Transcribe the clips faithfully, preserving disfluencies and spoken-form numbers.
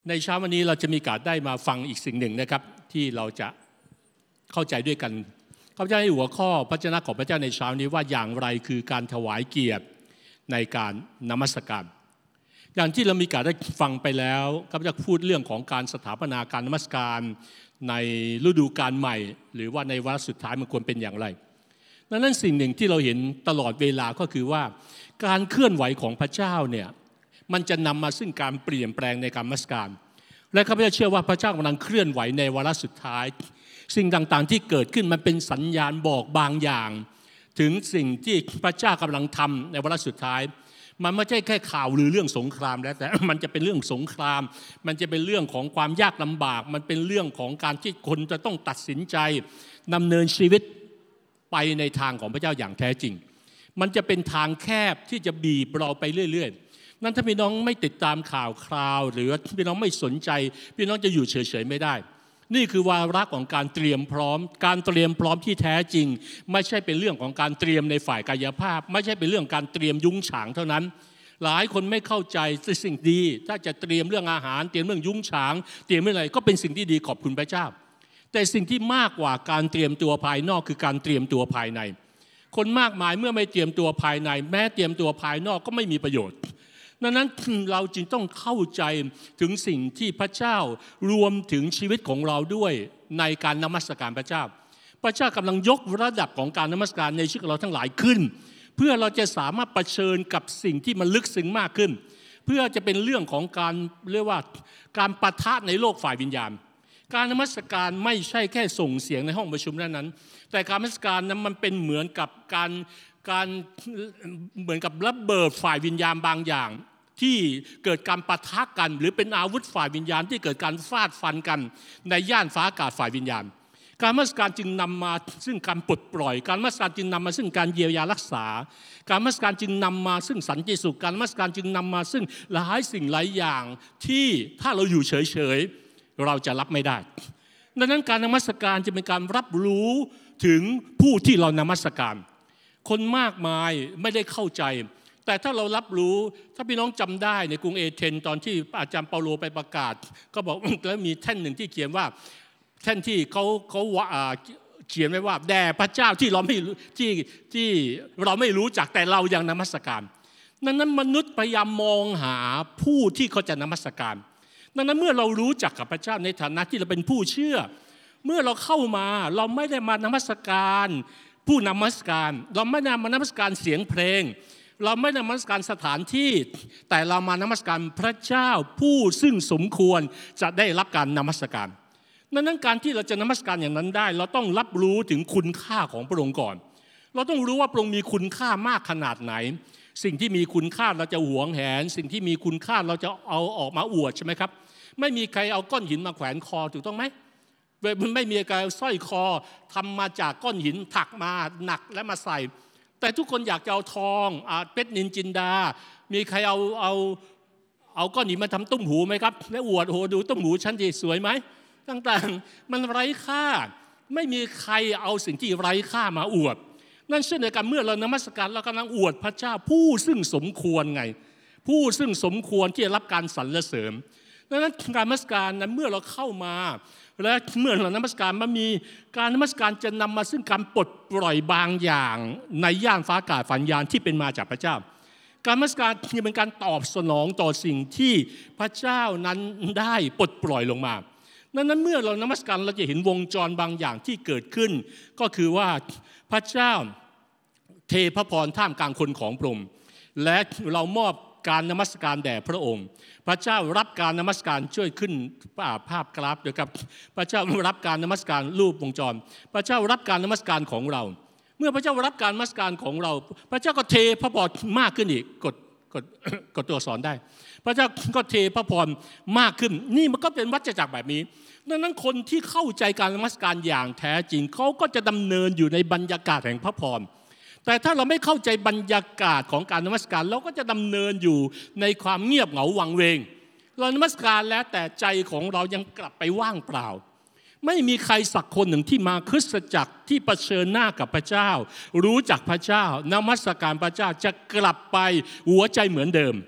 ในเช้าวันนี้เราจะมีโอกาสได้มาฟังอีกสิ่งหนึ่งนะครับที่เราจะเข้าใจด้วยกันข้าพเจ้าให้หัวข้อพระวจนะของพระเจ้าในเช้านี้ว่าอย่างไรคือการถวายเกียรติในการนมัสการอย่างที่เรามีโอกาสได้ฟังไปแล้วข้าพเจ้าพูดเรื่องของการสถาปนาการนมัสการในฤดูกาลใหม่หรือว่าในวาระสุดท้ายมันควรเป็นอย่างไรดังนั้นสิ่งหนึ่งที่เราเห็นตลอดเวลาก็คือว่าการเคลื่อนไหวของพระเจ้าเนี่ยมันจะนำมาซึ่งการเปลี่ยนแปลงในการนมัสการและข้าพเจ้าเชื่อว่าพระเจ้ากำลังเคลื่อนไหวในวาระสุดท้ายสิ่งต่างๆที่เกิดขึ้นมันเป็นสัญญาณบอกบางอย่างถึงสิ่งที่พระเจ้ากำลังทำในวาระสุดท้ายมันไม่ใช่แค่ข่าวหรือเรื่องสงครามแล้วแต่มันจะเป็นเรื่องสงครามมันจะเป็นเรื่องของความยากลำบากมันเป็นเรื่องของการที่คนจะต้องตัดสินใจดำเนินชีวิตไปในทางของพระเจ้าอย่างแท้จริงมันจะเป็นทางแคบที่จะบีบเราไปเรื่อยๆนั่นถ้าพี่น้องไม่ติดตามข่าวคราวหรือพี่น้องไม่สนใจพี่น้องจะอยู่เฉยๆไม่ได้นี่คือวาระของการเตรียมพร้อมการเตรียมพร้อมที่แท้จริงไม่ใช่เป็นเรื่องของการเตรียมในฝ่ายกายภาพไม่ใช่เป็นเรื่องการเตรียมยุ้งฉางเท่านั้นหลายคนไม่เข้าใจสิ่งดีถ้าจะเตรียมเรื่องอาหารเตรียมเรื่องยุ้งฉางเตรียมเรื่องอะไรก็เป็นสิ่งที่ดีขอบคุณพระเจ้าแต่สิ่งที่มากกว่าการเตรียมตัวภายนอกคือการเตรียมตัวภายในคนมากมายเมื่อไม่เตรียมตัวภายในแม้เตรียมตัวภายนอกก็ไม่มีประโยชน์ดังนั้นเราจึงต้องเข้าใจถึงสิ่งที่พระเจ้ารวมถึงชีวิตของเราด้วยในการนมัสการพระเจ้าพระเจ้ากำลังยกระดับของการนมัสการในชีวิตของเราทั้งหลายขึ้นเพื่อเราจะสามารถเผชิญกับสิ่งที่มันลึกซึ้งมากขึ้นเพื่อจะเป็นเรื่องของการเรียกว่าการปะทะในโลกฝ่ายวิญญาณการนมัสการไม่ใช่แค่ส่งเสียงในห้องประชุมเท่านั้นแต่การนมัสการนั้นมันเป็นเหมือนกับการการเหมือนกับระเบิดฝ่ายวิญญาณบางอย่างที่เกิดการปะทะกันหรือเป็นอาวุธฝ่ายวิญญาณที่เกิดการฟาดฟันกันในย่านฟ้าอากาศฝ่ายวิญญาณการนมัสการจึงนำมาซึ่งการปลดปล่อยการนมัสการจึงนำมาซึ่งการเยียวยารักษาการนมัสการจึงนำมาซึ่งสันติสุขการนมัสการจึงนำมาซึ่งหลายสิ่งหลายอย่างที่ถ้าเราอยู่เฉยๆเราจะรับไม่ได้ดังนั้นการนมัสการจะเป็นการรับรู้ถึงผู้ที่เรานมัสการคนมากมายไม่ได้เข้าใจแต่ถ้าเรารับรู้ถ้าพี่น้องจำได้ในกรุงเอเธนตอนที่อาจารย์เปาโลไปประกาศก็บอกแล้วมีแท่นหนึ่งที่เขียนว่าแท่นที่เขาเขาเขียนไว้ว่าแด่พระเจ้าที่เราไม่ที่ที่เราไม่รู้จักแต่เรายังนมัสการดังนั้นมนุษย์พยายามมองหาผู้ที่เขาจะนมัสการดังนั้นเมื่อเรารู้จักกับพระเจ้าในฐานะที่เราเป็นผู้เชื่อเมื่อเราเข้ามาเราไม่ได้มานมัสการผู้นมัสการเราไม่ได้มานมัสการเสียงเพลงเราไม่ได้นมัสการสถานที่แต่เรามานมัสการพระเจ้าผู้ซึ่งสมควรจะได้รับการนมัสการดังนั้นการที่เราจะนมัสการอย่างนั้นได้เราต้องรับรู้ถึงคุณค่าของพระองค์ก่อนเราต้องรู้ว่าพระองค์มีคุณค่ามากขนาดไหนสิ่งที่มีคุณค่าเราจะหวงแหนสิ่งที่มีคุณค่าเราจะเอาออกมาอวดใช่ไหมครับไม่มีใครเอาก้อนหินมาแขวนคอถูกต้องไหมไม่มีใครสร้อยคอทำมาจากก้อนหินถักมาหนักและมาใส่แต่ทุกคนอยากจะเอาทองเพชรนินจินดามีใครเอาเอาเอาก้อนหินมาทำตุ้มหูไหมครับและอวดโหดูตุ้มหูฉันดีสวยไหมต่างๆมันไร้ค่าไม่มีใครเอาสิ่งที่ไร้ค่ามาอวดนั่นเช่นเดียวกันเมื่อเรานมัสการเรากำลังอวดพระเจ้าผู้ซึ่งสมควรไงผู้ซึ่งสมควรที่จะรับการสรรเสริญดังนั้นการนมัสการนั้นเมื่อเราเข้ามาและเมื่อเรานมัสการมันมีการนมัสการจะนำมาซึ่งการปลดปล่อยบางอย่างในย่านฟ้าอากาศฝันญาณที่เป็นมาจากพระเจ้าการนมัสการจะเป็นการตอบสนองต่อสิ่งที่พระเจ้านั้นได้ปลดปล่อยลงมาดังนั้นเมื่อเรานมัสการเราจะเห็นวงจรบางอย่างที่เกิดขึ้นก็คือว่าพระเจ้าเทพระพรท่ามกลางคนของพระองค์และเรามอบการนมัสการแด่พระองค์พระเจ้ารับการนมัสการช่วยขึ้นภาพกราฟด้วยครับพระเจ้ารับการนมัสการรูปวงจรพระเจ้ารับการนมัสการของเราเมื่อพระเจ้ารับการนมัสการของเราพระเจ้าก็เทพระพรมากขึ้นอีกกดกดกดตัวสอนได้พระเจ้าก็เทพระพรมากขึ้นนี่มันก็เป็นวัฏจักรแบบนี้ดังนั้นคนที่เข้าใจการนมัสการอย่างแท้จริงเขาก็จะดำเนินอยู่ในบรรยากาศแห่งพระพรแต่ถ้าเราไม่เข้าใจบรรยากาศของการนมัสการเราก็จะดำเนินอยู่ในความเงียบเหงาวังเวงเรานมัสการแล้วแต่ใจของเรายังกลับไปว่างเปล่าไม่มีใครสักคนหนึ่งที่มาคริสตจักรที่เผชิญหน้ากับพระเจ้ารู้จักพระเจ้านมัสการพระเจ้าจะกลับไปหัวใจเหมือนเดิม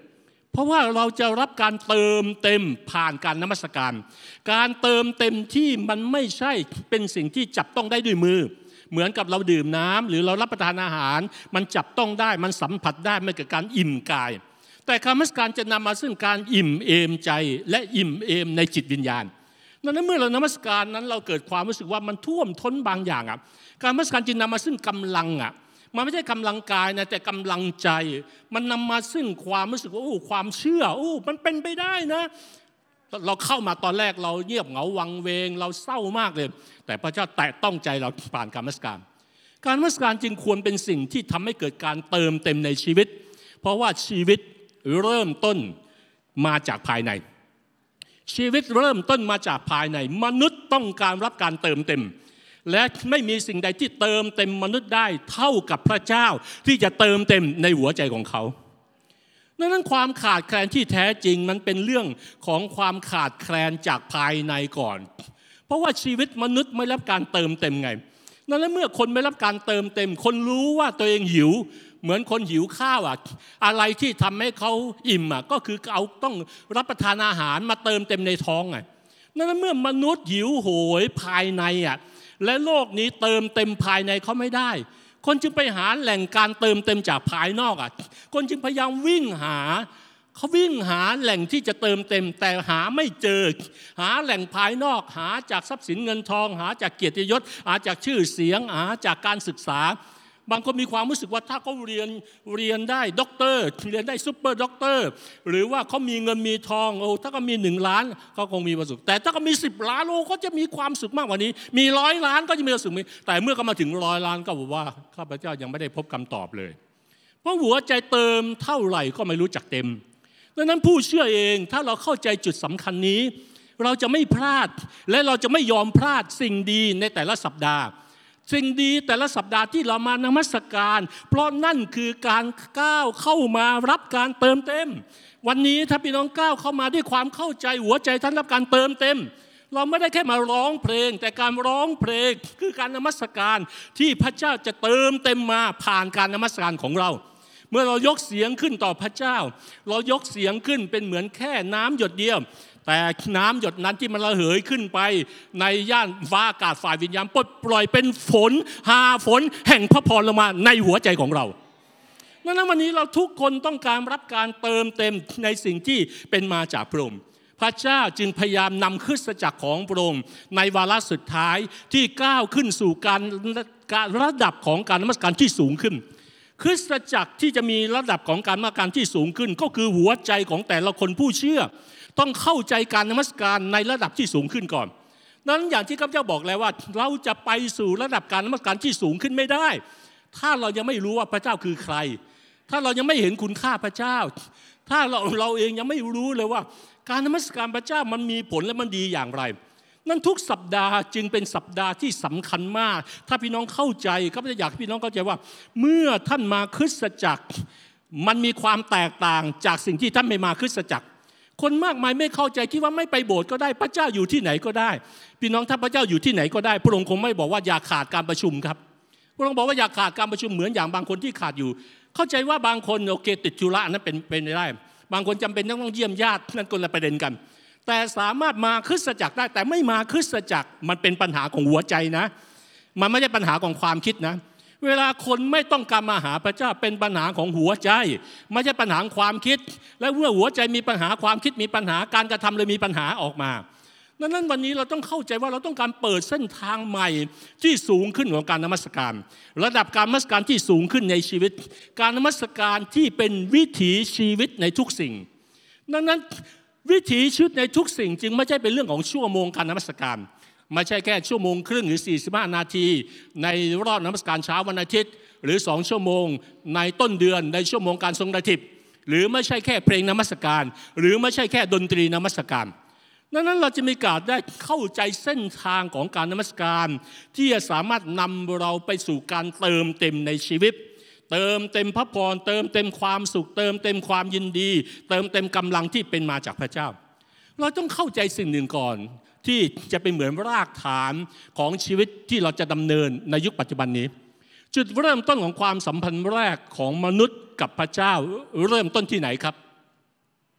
เพราะว่าเราจะรับการเติมเต็มผ่านการนมัสการการเติมเต็มที่มันไม่ใช่เป็นสิ่งที่จับต้องได้ด้วยมือเหมือนกับเราดื่มน้ำหรือเรารับประทานอาหารมันจับต้องได้มันสัมผัสได้ไม่เกิดการอิ่มกายแต่การนมัสการจะนำมาซึ่งการอิ่มเอมใจและอิ่มเอมในจิตวิญญาณดังนั้นเมื่อเรานมัสการนั้นเราเกิดความรู้สึกว่ามันท่วมท้นบางอย่างอ่ะการนมัสการจึงนำมาซึ่งกำลังอ่ะมันไม่ใช่กำลังกายนะแต่กำลังใจมันนำมาซึ่งความรู้สึกว่าโอ้ความเชื่อโอ้มันเป็นไปได้นะเราเข้ามาตอนแรกเราเงียบเหงาวังเวงเราเศร้ามากเลยแต่พระเจ้าแตะต้องใจเราผ่านการนมัสการการนมัสการจึงควรเป็นสิ่งที่ทำให้เกิดการเติมเต็มในชีวิตเพราะว่าชีวิตเริ่มต้นมาจากภายในชีวิตเริ่มต้นมาจากภายในมนุษย์ต้องการรับการเติมเต็มและไม่มีสิ่งใดที่เติมเต็มมนุษย์ได้เท่ากับพระเจ้าที่จะเติมเต็มในหัวใจของเขาดังนั้นความขาดแคลนที่แท้จริงมันเป็นเรื่องของความขาดแคลนจากภายในก่อนเพราะว่าชีวิตมนุษย์ไม่รับการเติมเต็มไงดังนั้นเมื่อคนไม่รับการเติมเต็มคนรู้ว่าตัวเองหิวเหมือนคนหิวข้าวอ่ะอะไรที่ทำให้เขาอิ่มอ่ะก็คือเขาต้องรับประทานอาหารมาเติมเต็มในท้องไงดังนั้นเมื่อมนุษย์หิวโหยภายในอ่ะและโลกนี้เติมเต็มภายในเขาไม่ได้คนจึงไปหาแหล่งการเติมเต็มจากภายนอกอ่ะคนจึงพยายามวิ่งหาเขาวิ่งหาแหล่งที่จะเติมเต็มแต่หาไม่เจอหาแหล่งภายนอกหาจากทรัพย์สินเงินทองหาจากเกียรติยศหาจากชื่อเสียงหาจากการศึกษาบางคนมีความรู้สึกว่าถ้าเขาเรียนเรียนได้ด็อกเตอร์เรียนได้ซุปเปอร์ด็อกเตอร์หรือว่าเขามีเงินมีทองโอ้ถ้าเขามีหนึ่งล้านเขาคงมีความสุขแต่ถ้าเขามีสิบล้านโอ้เขาจะมีความสุขมากกว่านี้มีร้อยล้านก็จะมีความสุขแต่เมื่อเขามาถึงร้อยล้านก็บอกว่าข้าพเจ้ายังไม่ได้พบคำตอบเลยเพราะหัวใจเติมเท่าไหร่ก็ไม่รู้จักเต็มดังนั้นผู้เชื่อเองถ้าเราเข้าใจจุดสำคัญนี้เราจะไม่พลาดและเราจะไม่ยอมพลาดสิ่งดีในแต่ละสัปดาห์สิ่งดีแต่ละสัปดาห์ที่เรามานมัสการเพราะนั่นคือการก้าวเข้ามารับการเติมเต็มวันนี้ถ้าพี่น้องก้าวเข้ามาด้วยความเข้าใจหัวใจท่านรับการเติมเต็มเราไม่ได้แค่มาร้องเพลงแต่การร้องเพลงคือการนมัสการที่พระเจ้าจะเติมเต็มมาผ่านการนมัสการของเราเมื่อเรายกเสียงขึ้นต่อพระเจ้าเรายกเสียงขึ้นเป็นเหมือนแค่น้ำหยดเดียวแต่น้ำหยดนั้นที่มันระเหยขึ้นไปในย่านฟ้าอากาศฝ่ายวิญญาณปลดปล่อยเป็นฝนหาฝนแห่งพระพรลงมาในหัวใจของเราดังนั้นวันนี้เราทุกคนต้องการรับการเติมเต็มในสิ่งที่เป็นมาจากพระองค์พระเจ้าจึงพยายามนำคริสตจักรของพระองค์ในวาระสุดท้ายที่ก้าวขึ้นสู่การระดับของการนมัสการที่สูงขึ้นคริสตจักรที่จะมีระดับของการนมัสการที่สูงขึ้นก็คือหัวใจของแต่ละคนผู้เชื่อต้องเข้าใจการนมัสการในระดับที่สูงขึ้นก่อนนั้นอย่างที่ข้าพเจ้าบอกแล้วว่าเราจะไปสู่ระดับการนมัสการที่สูงขึ้นไม่ได้ถ้าเรายังไม่รู้ว่าพระเจ้าคือใครถ้าเรายังไม่เห็นคุณค่าพระเจ้าถ้าเราเราเองยังไม่รู้เลยว่าการนมัสการพระเจ้ามันมีผลและมันดีอย่างไรนั่นทุกสัปดาห์จึงเป็นสัปดาห์ที่สำคัญมากถ้าพี่น้องเข้าใจข้าพเจ้าอยากให้พี่น้องเข้าใจว่าเมื่อท่านมาคริสตจักรมันมีความแตกต่างจากสิ่งที่ท่านไม่มาคริสตจักรคนมากมายไม่เข้าใจคิดว่าไม่ไปโบสถ์ก็ได้พระเจ้าอยู่ที่ไหนก็ได้พี่น้องถ้าพระเจ้าอยู่ที่ไหนก็ได้พระองค์คงไม่บอกว่าอย่าขาดการประชุมครับพระองค์บอกว่าอย่าขาดการประชุมเหมือนอย่างบางคนที่ขาดอยู่เข้าใจว่าบางคนโอเคติดธุระนั้นเป็นเป็นได้บางคนจำเป็นต้องเยี่ยมญาตินั่นคนละประเด็นกันแต่สามารถมาคริสตจักรได้แต่ไม่มาคริสตจักรมันเป็นปัญหาของหัวใจนะมันไม่ใช่ปัญหาของความคิดนะเวลาคนไม่ต้องการมาหาพระเจ้าเป็นปัญหาของหัวใจไม่ใช่ปัญหาความคิดและเมื่อหัวใจมีปัญหาความคิดมีปัญหาการกระทำเลยมีปัญหาออกมาดังนั้นวันนี้เราต้องเข้าใจว่าเราต้องการเปิดเส้นทางใหม่ที่สูงขึ้นของการนมัสการระดับการนมัสการที่สูงขึ้นในชีวิตการนมัสการที่เป็นวิถีชีวิตในทุกสิ่งดังนั้นวิถีชีวิตในทุกสิ่งจึงไม่ใช่เป็นเรื่องของชั่วโมงการนมัสการไม่ใช่แค่ชั่วโมงครึ่งหรือสี่สิบห้านาทีในรอบนมัสการเช้าวันอาทิตย์หรือสองชั่วโมงในต้นเดือนในชั่วโมงการทรงกฐินหรือไม่ใช่แค่เพลงนมัสการหรือไม่ใช่แค่ดนตรีนมัสการดังนั้นเราจะมีโอกาสได้เข้าใจเส้นทางของการนมัสการที่จะสามารถนำเราไปสู่การเติมเต็มในชีวิตเติมเต็มพระพรเติมเต็มความสุขเติมเต็มความยินดีเติมเต็มกำลังที่เป็นมาจากพระเจ้าเราต้องเข้าใจสิ่งหนึ่งก่อนที่จะเป็นเหมือนรากฐานของชีวิตที่เราจะดำเนินในยุคปัจจุบันนี้จุดเริ่มต้นของความสัมพันธ์แรกของมนุษย์กับพระเจ้าเริ่มต้นที่ไหนครับ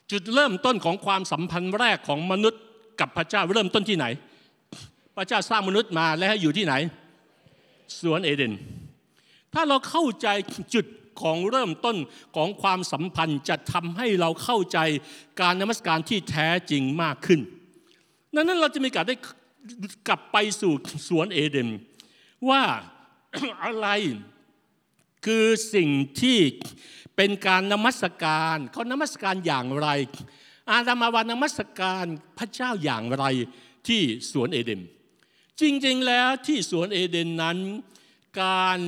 จุดเริ่มต้นของความสัมพันธ์แรกของมนุษย์กับพระเจ้าเริ่มต้นที่ไหนพระเจ้าสร้างมนุษย์มาและให้อยู่ที่ไหนสวนเอเดนถ้าเราเข้าใจจุดของเริ่มต้นของความสัมพันธ์จะทำให้เราเข้าใจการนมัสการที่แท้จริงมากขึ้นดังนั้นเราจะมีโอกาสได้กลับไปสู่สวนเอเดนว่า อะไรคือสิ่งที่เป็นการนมัสการเขานมัสการอย่างไรอาดัมอาวานมัสการพระเจ้าอย่างไรที่สวนเอเดนจริงๆแล้วที่สวนเอเดนนั้นการ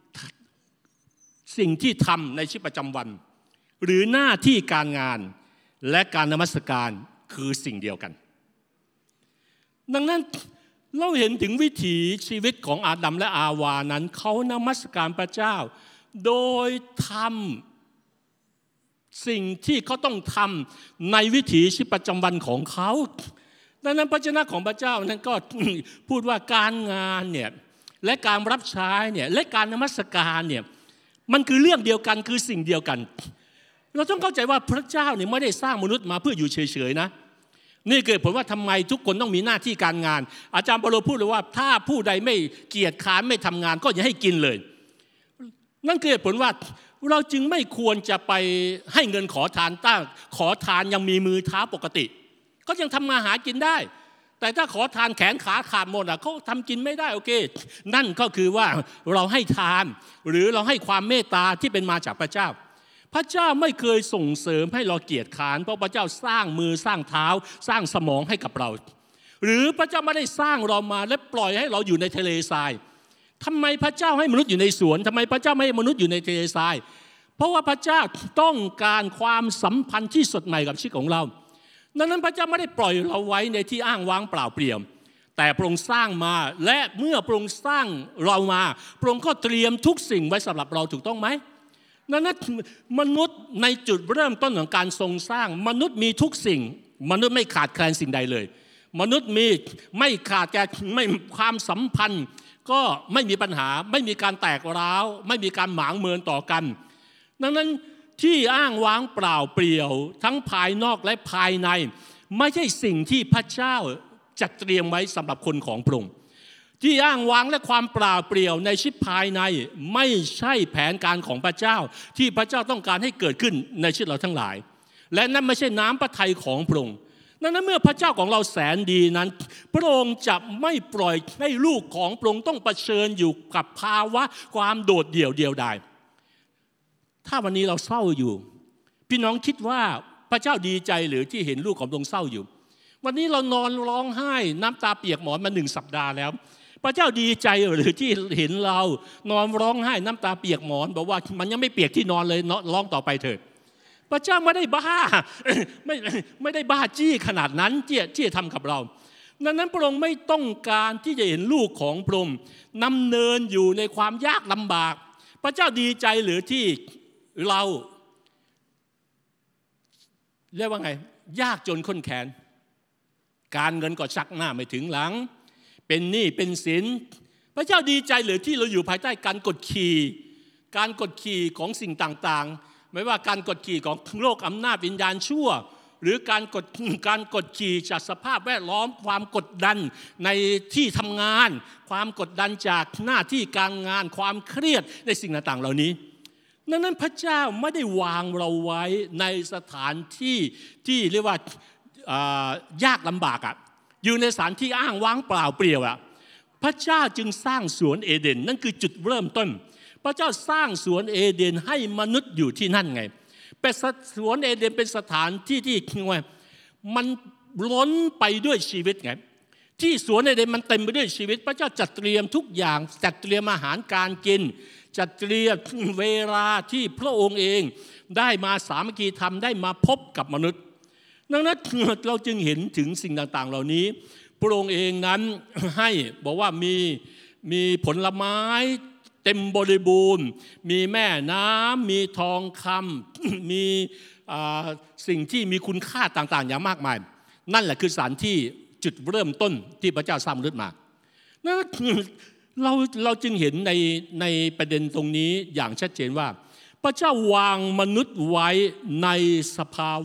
สิ่งที่ทำในชีวิตประจำวันหรือหน้าที่การงานและการนมัสการคือสิ่งเดียวกันดังนั้นเราเห็นถึงวิถีชีวิตของอาดัมและอาวานั้นเขานมัสการพระเจ้าโดยทำสิ่งที่เขาต้องทำในวิถีชีวิตประจำวันของเขาดังนั้นพระเจ้าของพระเจ้านั้นก็พูดว่าการงานเนี่ยและการรับใช้เนี่ยและการนมัสการเนี่ยมันคือเรื่องเดียวกันคือสิ่งเดียวกันเราต้องเข้าใจว่าพระเจ้าเนี่ยไม่ได้สร้างมนุษย์มาเพื่ออยู่เฉยๆนะนี่เกิดผลว่าทำไมทุกคนต้องมีหน้าที่การงานอาจารย์เปาโลพูดเลยว่าถ้าผู้ใดไม่เกียจคร้านไม่ทำงานก็อย่าให้กินเลยนั่นเกิดผลว่าเราจึงไม่ควรจะไปให้เงินขอทานตั้งขอทานยังมีมือเท้าปกติก็ยังทำมาหากินได้แต่ถ้าขอทานแขนขาขาดหมดอ่ะเขาทำกินไม่ได้โอเคนั่นก็คือว่าเราให้ทานหรือเราให้ความเมตตาที่เป็นมาจากพระเจ้าพระเจ้าไม่เคยส่งเสริมให้เราเกียจคร้านเพราะพระเจ้าสร้างมือสร้างเท้าสร้างสมองให้กับเราหรือพระเจ้าไม่ได้สร้างเรามาและปล่อยให้เราอยู่ในทะเลทรายทำไมพระเจ้าให้มนุษย์อยู่ในสวนทำไมพระเจ้าไม่ให้มนุษย์อยู่ในทะเลทรายเพราะว่าพระเจ้าต้องการความสัมพันธ์ที่สดใหม่กับชีวิตของเราดังนั้นพระเจ้าไม่ได้ปล่อยเราไว้ในที่อ้างว้างเปล่าเปลี่ยวแต่พระองค์สร้างมาและเมื่อพระองค์สร้างเรามาพระองค์ก็เตรียมทุกสิ่งไว้สำหรับเราถูกต้องไหมดังนั้นมนุษย์ในจุดเริ่มต้นของการทรงสร้างมนุษย์มีทุกสิ่งมนุษย์ไม่ขาดแคลนสิ่งใดเลยมนุษย์มีไม่ขาดแคลนไม่ความสัมพันธ์ก็ไม่มีปัญหาไม่มีการแตกร้าวไม่มีการหมางเมินต่อกันดังนั้นที่อ้างว้างเปล่าเปลี่ยวทั้งภายนอกและภายในไม่ใช่สิ่งที่พระเจ้าจัดเตรียมไว้สำหรับคนของพระองค์ที่อ้างว้างและความเปล่าเปลี่ยวในชีวิตภายในไม่ใช่แผนการของพระเจ้าที่พระเจ้าต้องการให้เกิดขึ้นในชีวิตเราทั้งหลายและนั่นไม่ใช่น้ำพระทัยของพระองค์ดังนั้นเมื่อพระเจ้าของเราแสนดีนั้นพระองค์จะไม่ปล่อยให้ลูกของพระองค์ต้องเผชิญอยู่กับภาวะความโดดเดี่ยวเดียวดายถ้าวันนี้เราเศร้าอยู่พี่น้องคิดว่าพระเจ้าดีใจหรือที่เห็นลูกของพระองค์เศร้าอยู่วันนี้เรานอนร้องไห้น้ำตาเปียกหมอนมาหนึ่งสัปดาห์แล้วพระเจ้าดีใจหรือที่เห็นเรานอนร้องไห้น้ำตาเปียกหมอนบอกว่ามันยังไม่เปียกที่นอนเลยร้องต่อไปเถิดพระเจ้าไม่ได้บ้าไม่ไม่ได้บ้าจี้ขนาดนั้นที่ที่จะทำกับเราดังนั้นพระองค์ไม่ต้องการที่จะเห็นลูกของพระองค์นำเนินอยู่ในความยากลำบากพระเจ้าดีใจหรือที่เราเรียกว่าไงยากจนข้นแค้นการเงินก็ชักหน้าไม่ถึงหลังเป็นหนี้เป็นสินพระเจ้าดีใจหรือที่เราอยู่ภายใต้การกดขี่การกดขี่ของสิ่งต่างๆไม่ว่าการกดขี่ของโลกอำนาจวิญญาณชั่วหรือการกดการกดขี่จากสภาพแวดล้อมความกดดันในที่ทำงานความกดดันจากหน้าที่การงานความเครียดในสิ่งต่างๆเหล่านี้ดังนั้นพระเจ้าไม่ได้วางเราไว้ในสถานที่ที่เรียกว่ายากลำบากอ่ะอยู่ในสถานที่อ้างว้างเปล่าเปลี่ยวอ่ะพระเจ้าจึงสร้างสวนเอเดนนั่นคือจุดเริ่มต้นพระเจ้าสร้างสวนเอเดนให้มนุษย์อยู่ที่นั่นไงเป็นสวนเอเดนเป็นสถานที่ที่ว่ามันล้นไปด้วยชีวิตไงที่สวนเอเดนมันเต็มไปด้วยชีวิตพระเจ้าจัดเตรียมทุกอย่างจัดเตรียมอาหารการกินจัดเตรียมเวลาที่พระองค์เองได้มาสามัคคีธรรมได้มาพบกับมนุษย์ดังนั้นเราจึงเห็นถึงสิ่งต่างๆเหล่านี้พระองค์เองนั้นให้บอกว่ามีมีผลไม้เต็มบริบูรณ์มีแม่น้ำมีทองคำมีสิ่งที่มีคุณค่าต่างๆอย่างมากมายนั่นแหละคือสถานที่จุดเริ่มต้นที่พระเจ้าสร้างมนุษย์มานั่นเราเราจึงเห็นในในประเด็นตรงนี้อย่างชัดเจนว่าพระเจ้าวางมนุษย์ไว้ในสภาวะ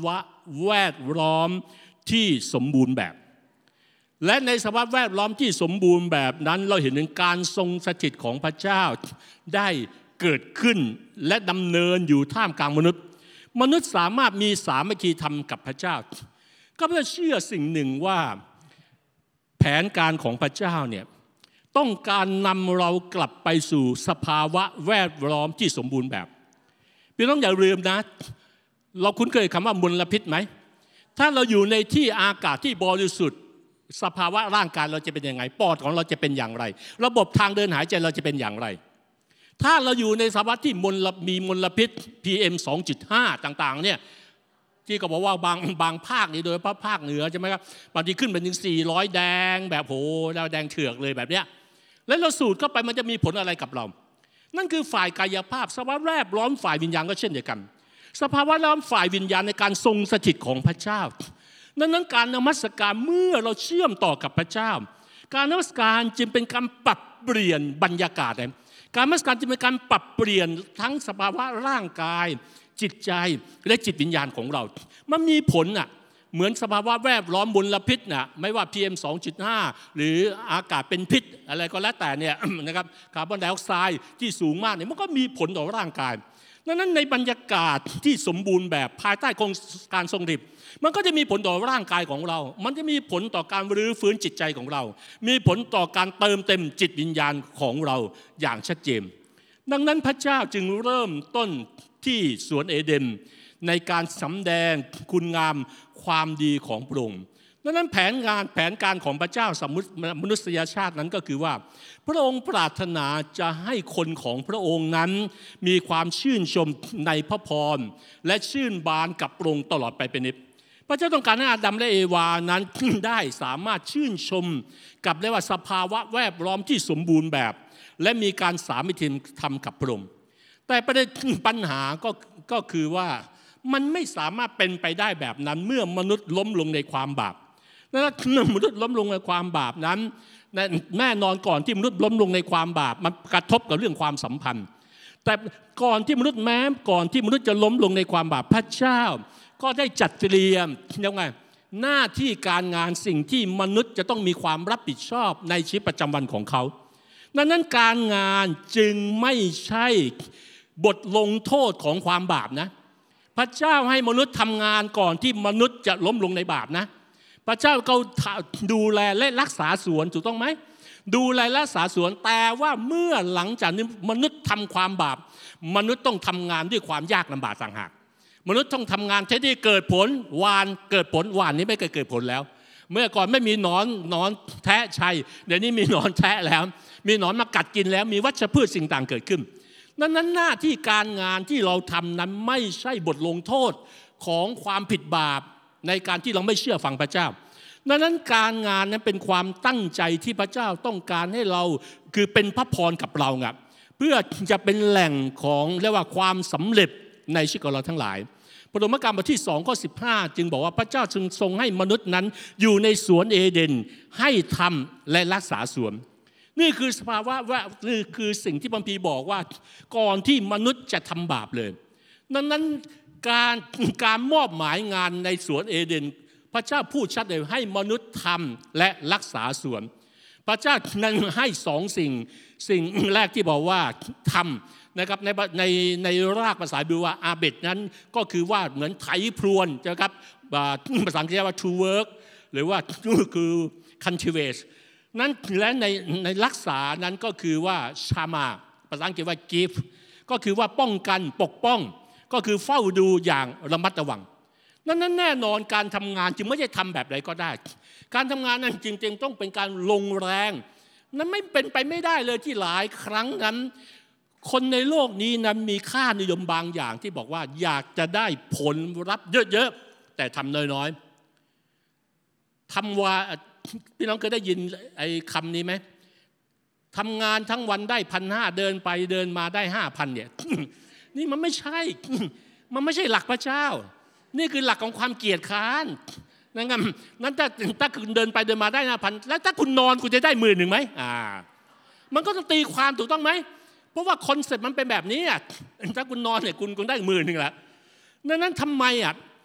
แวดล้อมที่สมบูรณ์แบบและในสภาพแวดล้อมที่สมบูรณ์แบบนั้นเราเห็นถึงการทรงสถิตของพระเจ้าได้เกิดขึ้นและดำเนินอยู่ท่ามกลางมนุษย์มนุษย์สามารถมีสามัคคีธรรมกับพระเจ้าก็เพื่อเชื่อสิ่งหนึ่งว่าแผนการของพระเจ้าเนี่ยต้องการนำเรากลับไปสู่สภาวะแวดล้อมที่สมบูรณ์แบบพี่น้องอย่าลืมนะเราคุ้นเคยคำว่ามลพิษไหมถ้าเราอยู่ในที่อากาศที่บริสุทธิ์สภาวะร่างกายเราจะเป็นยังไงปอดของเราจะเป็นอย่างไรระบบทางเดินหายใจเราจะเป็นอย่างไรถ้าเราอยู่ในสภาวะที่มลมีมลพิษ พี เอ็ม สองจุดห้า ต่างๆเนี่ยที่ก็บอกว่าบางบางภาคนี่โดยเฉพาะภาคเหนือใช่ไหมครับบางทีขึ้นไปถึงสี่ร้อยแดงแบบโหเราแดงเถือกเลยแบบเนี้ยแล้วเราสูดเข้าไปมันจะมีผลอะไรกับเรานั่นคือฝ่ายกายภาพสภาวะแวดล้อมฝ่ายวิญญาณก็เช่นเดียวกันสภาวะแวดล้อมฝ่ายวิญญาณในการทรงสถิตของพระเจ้าดังนั้นการนมัสการเมื่อเราเชื่อมต่อกับพระเจ้าการนมัสการจึงเป็นการปรับเปลี่ยนบรรยากาศการนมัสการจึงเป็นการปรับเปลี่ยนทั้งสภาวะร่างกายจิตใจและจิตวิญญาณของเรามันมีผลอ่ะเหมือนสภาวะแวดล้อมมลพิษน่ะไม่ว่า พี เอ็ม สองจุดห้า หรืออากาศเป็นพิษอะไรก็แล้วแต่เนี่ยนะครับคาร์บอนไดออกไซด์ที่สูงมากเนี่ยมันก็มีผลต่อร่างกายดังนั้นในบรรยากาศที่สมบูรณ์แบบภายใต้การทรงฤทธิ์มันก็จะมีผลต่อร่างกายของเรามันจะมีผลต่อการรื้อฟื้นจิตใจของเรามีผลต่อการเติมเต็มจิตวิญญาณของเราอย่างชัดเจนดังนั้นพระเจ้าจึงเริ่มต้นที่สวนเอเดนในการสำแดงคุณงามความดีของพระองค์ดังนั้นแผนงานแผนการของพระเจ้าสมนุษยชาตินั้นก็คือว่าพระองค์ปรารถนาจะให้คนของพระองค์นั้นมีความชื่นชมในพระพรและชื่นบานกับพระองค์ตลอดไปเป็นนิจพระเจ้าต้องการให้อาดัมและเอวานั้นได้สามารถชื่นชมกับเรียกว่าสภาวะแวดล้อมที่สมบูรณ์แบบและมีการสามัคคีธรรมกับพระองค์แต่ประเด็นปัญหาก็ก็คือว่ามันไม่สามารถเป็นไปได้แบบนั้นเมื่อมนุษย์ล้มลงในความบาปนั่นเมื่อมนุษย์ล้มลงในความบาปนั้นแน่นอนก่อนที่มนุษย์ล้มลงในความบาปมันกระทบกับเรื่องความสัมพันธ์แต่ก่อนที่มนุษย์แม้ก่อนที่มนุษย์จะล้มลงในความบาปพระเจ้าก็ได้จัดเตรียมยังไงหน้าที่การงานสิ่งที่มนุษย์จะต้องมีความรับผิดชอบในชีวิตประจำวันของเขาดังนั้นการงานจึงไม่ใช่บทลงโทษของความบาปนะพระเจ้าให้มนุษย์ทำงานก่อนที่มนุษย์จะล้มลงในบาปนะพระเจ้าก็ดูแลและรักษาสวนถูกต้องไหมดูแลรักษาสวนแต่ว่าเมื่อหลังจากนี้มนุษย์ทำความบาปมนุษย์ต้องทำงานด้วยความยากลำบากต่างหากมนุษย์ต้องทำงานที่เกิดผลหวานเกิดผลหวานนี้ไม่เคยเกิดผลแล้วเมื่อก่อนไม่มีหนอนหนอนแทะชัยเดี๋ยวนี้มีหนอนแทะแล้วมีหนอนมากัดกินแล้วมีวัชพืชสิ่งต่างเกิดขึ้นดังนั้นหน้าที่การงานที่เราทำนั้นไม่ใช่บทลงโทษของความผิดบาปในการที่เราไม่เชื่อฟังพระเจ้าดังนั้นการงานนั้นเป็นความตั้งใจที่พระเจ้าต้องการให้เราคือเป็นพระพรกับเราไงเพื่อจะเป็นแหล่งของเรียกว่าความสำเร็จในชีวิตของเราทั้งหลายพระธรรมกาลบทที่สองข้อสิบห้าจึงบอกว่าพระเจ้าจึงทรงให้มนุษย์นั้นอยู่ในสวนเอเดนให้ทำและรักษาสวนนี่คือสภาวะว่านี่คือสิ่งที่พระคัมภีร์บอกว่าก่อนที่มนุษย์จะทำบาปเลยดังนั้นการการมอบหมายงานในสวนเอเดนพระเจ้าพูดชัดเลยให้มนุษย์ทำและรักษาสวนพระเจ้านั้นให้สองสิ่งสิ่งแรกที่บอกว่าทำนะครับในในในรากภาษาบิวว่าอาเบตนั้นก็คือว่าเหมือนไถพรวนนะครับภาษาอังกฤษว่า to work หรือว่าคือ cultivate นั้นและในในรักษานั้นก็คือว่าชามาภาษาอังกฤษว่า give ก็คือว่าป้องกันปกป้องก็คือเฝ้าดูอย่างระมัดระวังนั้นแน่นอนการทำงานจึงไม่ใช่ทำแบบไหนก็ได้การทำงานนั้นจริงๆต้องเป็นการลงแรงนั้นไม่เป็นไปไม่ได้เลยที่หลายครั้งนั้นคนในโลกนี้นั้นมีค่านิยมบางอย่างที่บอกว่าอยากจะได้ผลลัพธ์เยอะๆแต่ทำน้อยๆทำว่าพี่น้องเคยได้ยินไอ้คำนี้ไหมทำงานทั้งวันได้พันห้าเดินไปเดินมาได้ห้าพันเนี่ยนี่มันไม่ใช่มันไม่ใช่หลักพระเจ้านี่คือหลักของความเกียจค้านนะครับนั้นถ้าถ้าคุณเดินไปเดินมาได้ห้าพันแล้วถ้าคุณนอนคุณจะได้หมื่นหนึ่งไหมอ่ามันก็ต้องตีความถูกต้องไหมเพราะว่าคอนเซ็ปต์มันเป็นแบบนี้อ่ะถ้าคุณนอนเนี่ยคุณคุณได้หมื่นหนึ่งละดังนั้นทำไมอ่ะ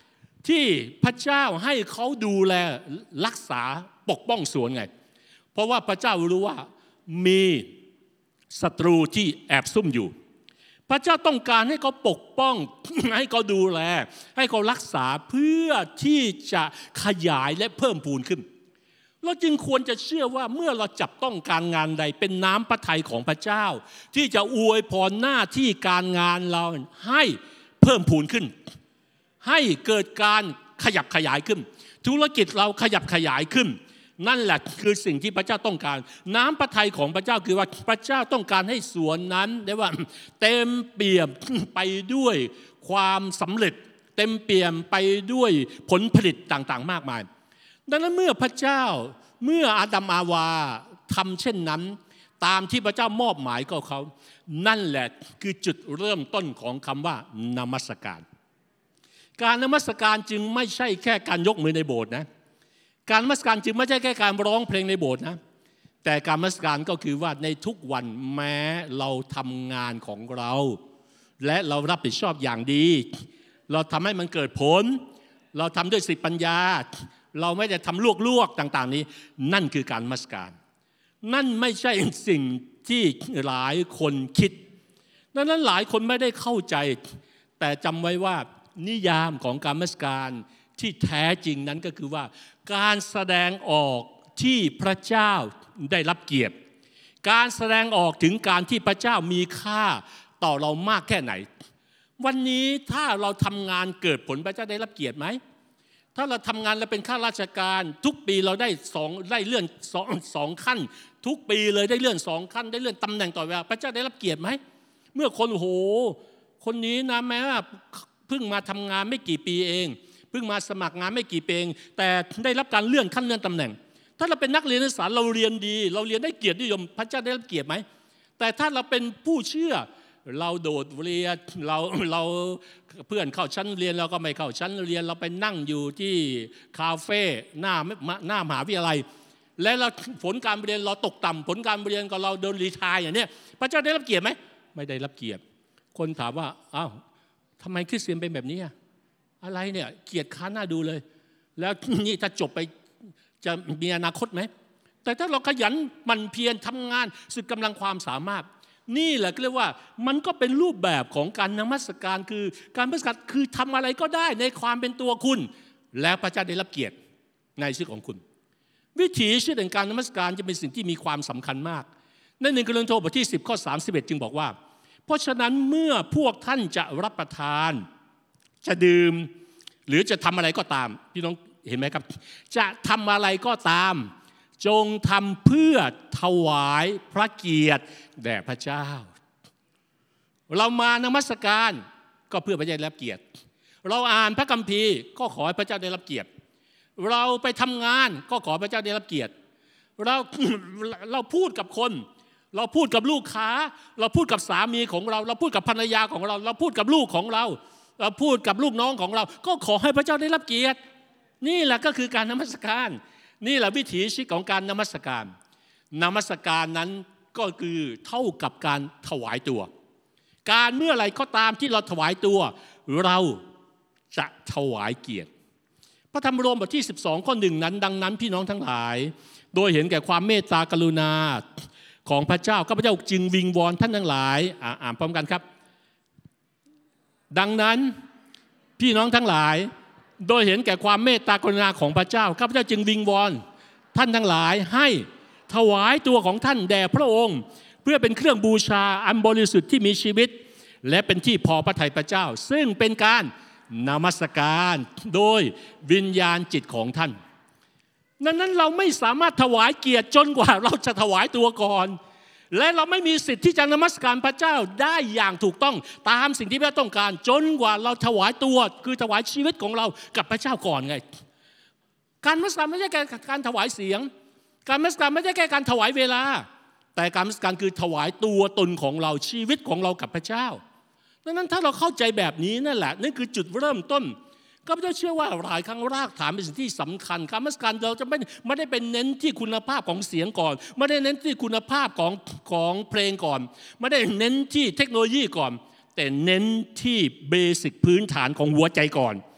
ที่พระเจ้าให้เขาดูแลรักษาปกป้องสวนไงเพราะว่าพระเจ้ารู้ว่ามีศัตรูที่แอบซุ่มอยู่พระเจ้าต้องการให้เขาปกป้อง ให้เขาดูแลให้เขารักษาเพื่อที่จะขยายและเพิ่มพูนขึ้นเราจึงควรจะเชื่อว่าเมื่อเราจับต้องการงานใดเป็นน้ำพระทัยของพระเจ้าที่จะอวยพรหน้าที่การงานเราให้เพิ่มพูนขึ้นให้เกิดการขยับขยายขึ้นธุรกิจเราขยับขยายขึ้นนั่นแหละคือสิ่งที่พระเจ้าต้องการน้ำพระทัยของพระเจ้าคือว่าพระเจ้าต้องการให้สวนนั้นได้ว่าเต็มเปี่ยมไปด้วยความสำเร็จเต็มเปี่ยมไปด้วยผลผลิตต่างๆมากมายดังนั้นเมื่อพระเจ้าเมื่ออาดัมอาวาทำเช่นนั้นตามที่พระเจ้ามอบหมายกับเขานั่นแหละคือจุดเริ่มต้นของคำว่านมัสการการนมัสการจึงไม่ใช่แค่การยกมือในโบสถ์นะการนมัสการจึงไม่ใช่แค่การร้องเพลงในโบสถ์นะแต่การนมัสการก็คือว่าในทุกวันแม้เราทำงานของเราและเรารับผิดชอบอย่างดีเราทำให้มันเกิดผลเราทำด้วยสติปัญญาเราไม่ได้ทำลวกๆต่างๆนี้นั่นคือการนมัสการนั่นไม่ใช่สิ่งที่หลายคนคิดดังนั้นหลายคนไม่ได้เข้าใจแต่จำไว้ว่านิยามของการนมัสการที่แท้จริงนั้นก็คือว่าการแสดงออกที่พระเจ้าได้รับเกียรติการแสดงออกถึงการที่พระเจ้ามีค่าต่อเรามากแค่ไหนวันนี้ถ้าเราทำงานเกิดผลพระเจ้าได้รับเกียรติไหมถ้าเราทำงานแล้วเป็นข้าราชการทุกปีเราได้สองได้เลื่อนสองสองขั้นทุกปีเลยได้เลื่อนสองขั้นได้เลื่อนตำแหน่งต่อเวลาพระเจ้าได้รับเกียรติไหมเมื่อคนโหคนนี้นะแม้ว่าเพิ่งมาทำงานไม่กี่ปีเองเพิ่งมาสมัครงานไม่กี่ปีเองแต่ได้รับการเลื่อนขั้นเลื่อนตำแหน่งถ้าเราเป็นนักเรียนนักศึกษาเราเรียนดีเราเรียนได้เกียรตินิยมพระเจ้าได้รับเกียรติไหมแต่ถ้าเราเป็นผู้เชื่อเราโดดเรียนเราเราเพื่อนเข้าชั้นเรียนเราก็ไม่เข้าชั้นเรียนเราไปนั่งอยู่ที่คาเฟ่หน้าหน้ามหาวิทยาลัยและเราผลการเรียนเราตกต่ำผลการเรียนก็เราโดนรีไทร์อย่างนี้พระเจ้าได้รับเกียรติไหมไม่ได้รับเกียรติคนถามว่าอ้าวทำไมคริสเตียนเป็นแบบนี้อะไรเนี่ยเกียรติค้านน่าดูเลยแล้วนี่ถ้าจบไปจะมีอนาคตไหมแต่ถ้าเราขยันหมั่นเพียรทำงานสุดกำลังความสามารถนี่แหละเรียกว่ามันก็เป็นรูปแบบของการนมัสการคือการนมัสการคือทำอะไรก็ได้ในความเป็นตัวคุณแล้วพระเจ้าได้รับเกียรติในชีวิตของคุณวิถีชีวิตแห่งการนมัสการจะเป็นสิ่งที่มีความสำคัญมากในหนึ่งโครินธ์บทที่สิบข้อสามสิบเอ็ดจึงบอกว่าเพราะฉะนั้นเมื่อพวกท่านจะรับประทานจะดื่มหรือจะทำอะไรก็ตามพี่น้องเห็นไหมครับจะทำอะไรก็ตามจงทำเพื่อถวายพระเกียรติแด่พระเจ้าเรามานมัสการก็เพื่อพระเจ้าได้รับเกียรติเราอ่านพระคัมภีร์ก็ขอให้พระเจ้าได้รับเกียรติเราไปทำงานก็ขอพระเจ้าได้รับเกียรติเราเราพูดกับคนเราพูดกับลูกค้าเราพูดกับสามีของเราเราพูดกับภรรยาของเราเราพูดกับลูกของเราเราพูดกับลูกน้องของเราก็ขอให้พระเจ้าได้รับเกียรตินี่แหละก็คือการนมัสการนี่แหละวิถีชีวิตของการนมัสการนมัสการนั้นก็คือเท่ากับการถวายตัวการเมื่อไรก็ตามที่เราถวายตัวเราจะถวายเกียรติพระธรรมโรมบทที่สิบสองข้อหนึ่งนั้นดังนั้นพี่น้องทั้งหลายโดยเห็นแก่ความเมตตากรุณาของพระเจ้าข้าพเจ้าจึงวิงวอนท่านทั้งหลายอ่านพร้อมกันครับดังนั้นพี่น้องทั้งหลายโดยเห็นแก่ความเมตตากรุณาของพระเจ้าข้าพเจ้าจึงวิงวอนท่านทั้งหลายให้ถวายตัวของท่านแด่พระองค์เพื่อเป็นเครื่องบูชาอันบริสุทธิ์ที่มีชีวิตและเป็นที่พอพระทัยพระเจ้าซึ่งเป็นการนมัสการโดยวิญญาณจิตของท่านดังนั้นเราไม่สามารถถวายเกียรติจนกว่าเราจะถวายตัวก่อนและเราไม่มีสิทธิ์ที่จะนมัสการพระเจ้าได้อย่างถูกต้องตามสิ่งที่พระเจ้าต้องการจนกว่าเราถวายตัวคือถวายชีวิตของเรากับพระเจ้าก่อนไงการนมัสการไม่ใช่แค่การถวายเสียงการนมัสการไม่ใช่แค่การถวายเวลาแต่การนมัสการคือถวายตัวตนของเราชีวิตของเรากับพระเจ้าดังนั้นถ้าเราเข้าใจแบบนี้นั่นแหละนั่นคือจุดเริ่มต้นข้าพเจ้าเชื่อว่าหลายครั้งรากฐานเป็นสิ่งที่สำคัญการนมัสการเราจะไม่ไม่ได้เป็นเน้นที่คุณภาพของเสียงก่อนไม่ได้เน้นที่คุณภาพของของเพลงก่อนไม่ได้เน้นที่เทคโนโลยีก่อนแต่เน้นที่เบสิกพื้นฐานของหัวใจก่อน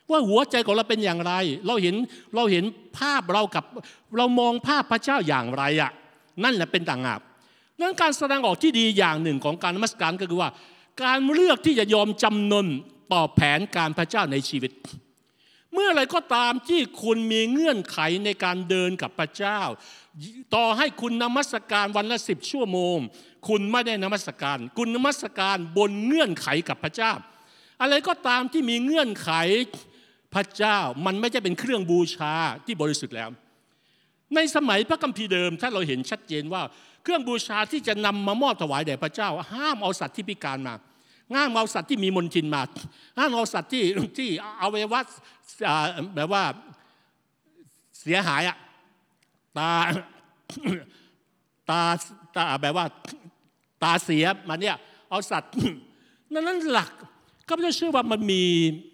ว่าหัวใจของเราเป็นอย่างไรเราเห็นเราเห็นภาพเรากับเรามองภาพพระเจ้าอย่างไรอ่ะนั่นแหละเป็นต่างหากนั้นการแสดงออกที่ดีอย่างหนึ่งของการนมัสการก็คือว่าการเลือกที่จะยอมจำนนต่อแผนการพระเจ้าในชีวิตเมื่อไรก็ตามที่คุณมีเงื่อนไขในการเดินกับพระเจ้าต่อให้คุณนมัสการวันละสิบชั่วโมงคุณไม่ได้นมัสการคุณนมัสการบนเงื่อนไขกับพระเจ้าอะไรก็ตามที่มีเงื่อนไขพระเจ้ามันไม่ใช่เป็นเครื่องบูชาที่บริสุทธิ์แล้วในสมัยพระคัมภีร์เดิมถ้าเราเห็นชัดเจนว่าเครื่องบูชาที่จะนำมามอบถวายแด่พระเจ้าห้ามเอาสัตว์ที่พิการมาห้ามเอาสัตว์ที่มีมลทินมาห้ามเอาสัตว์ที่ที่อวัยวะแบบว่าเสียหายอะตาตาตาแบบว่าตาเสียมาเนี่ยเอาสัตว์นั้นนั้นหลักก็ไม่เชื่อว่ามันมี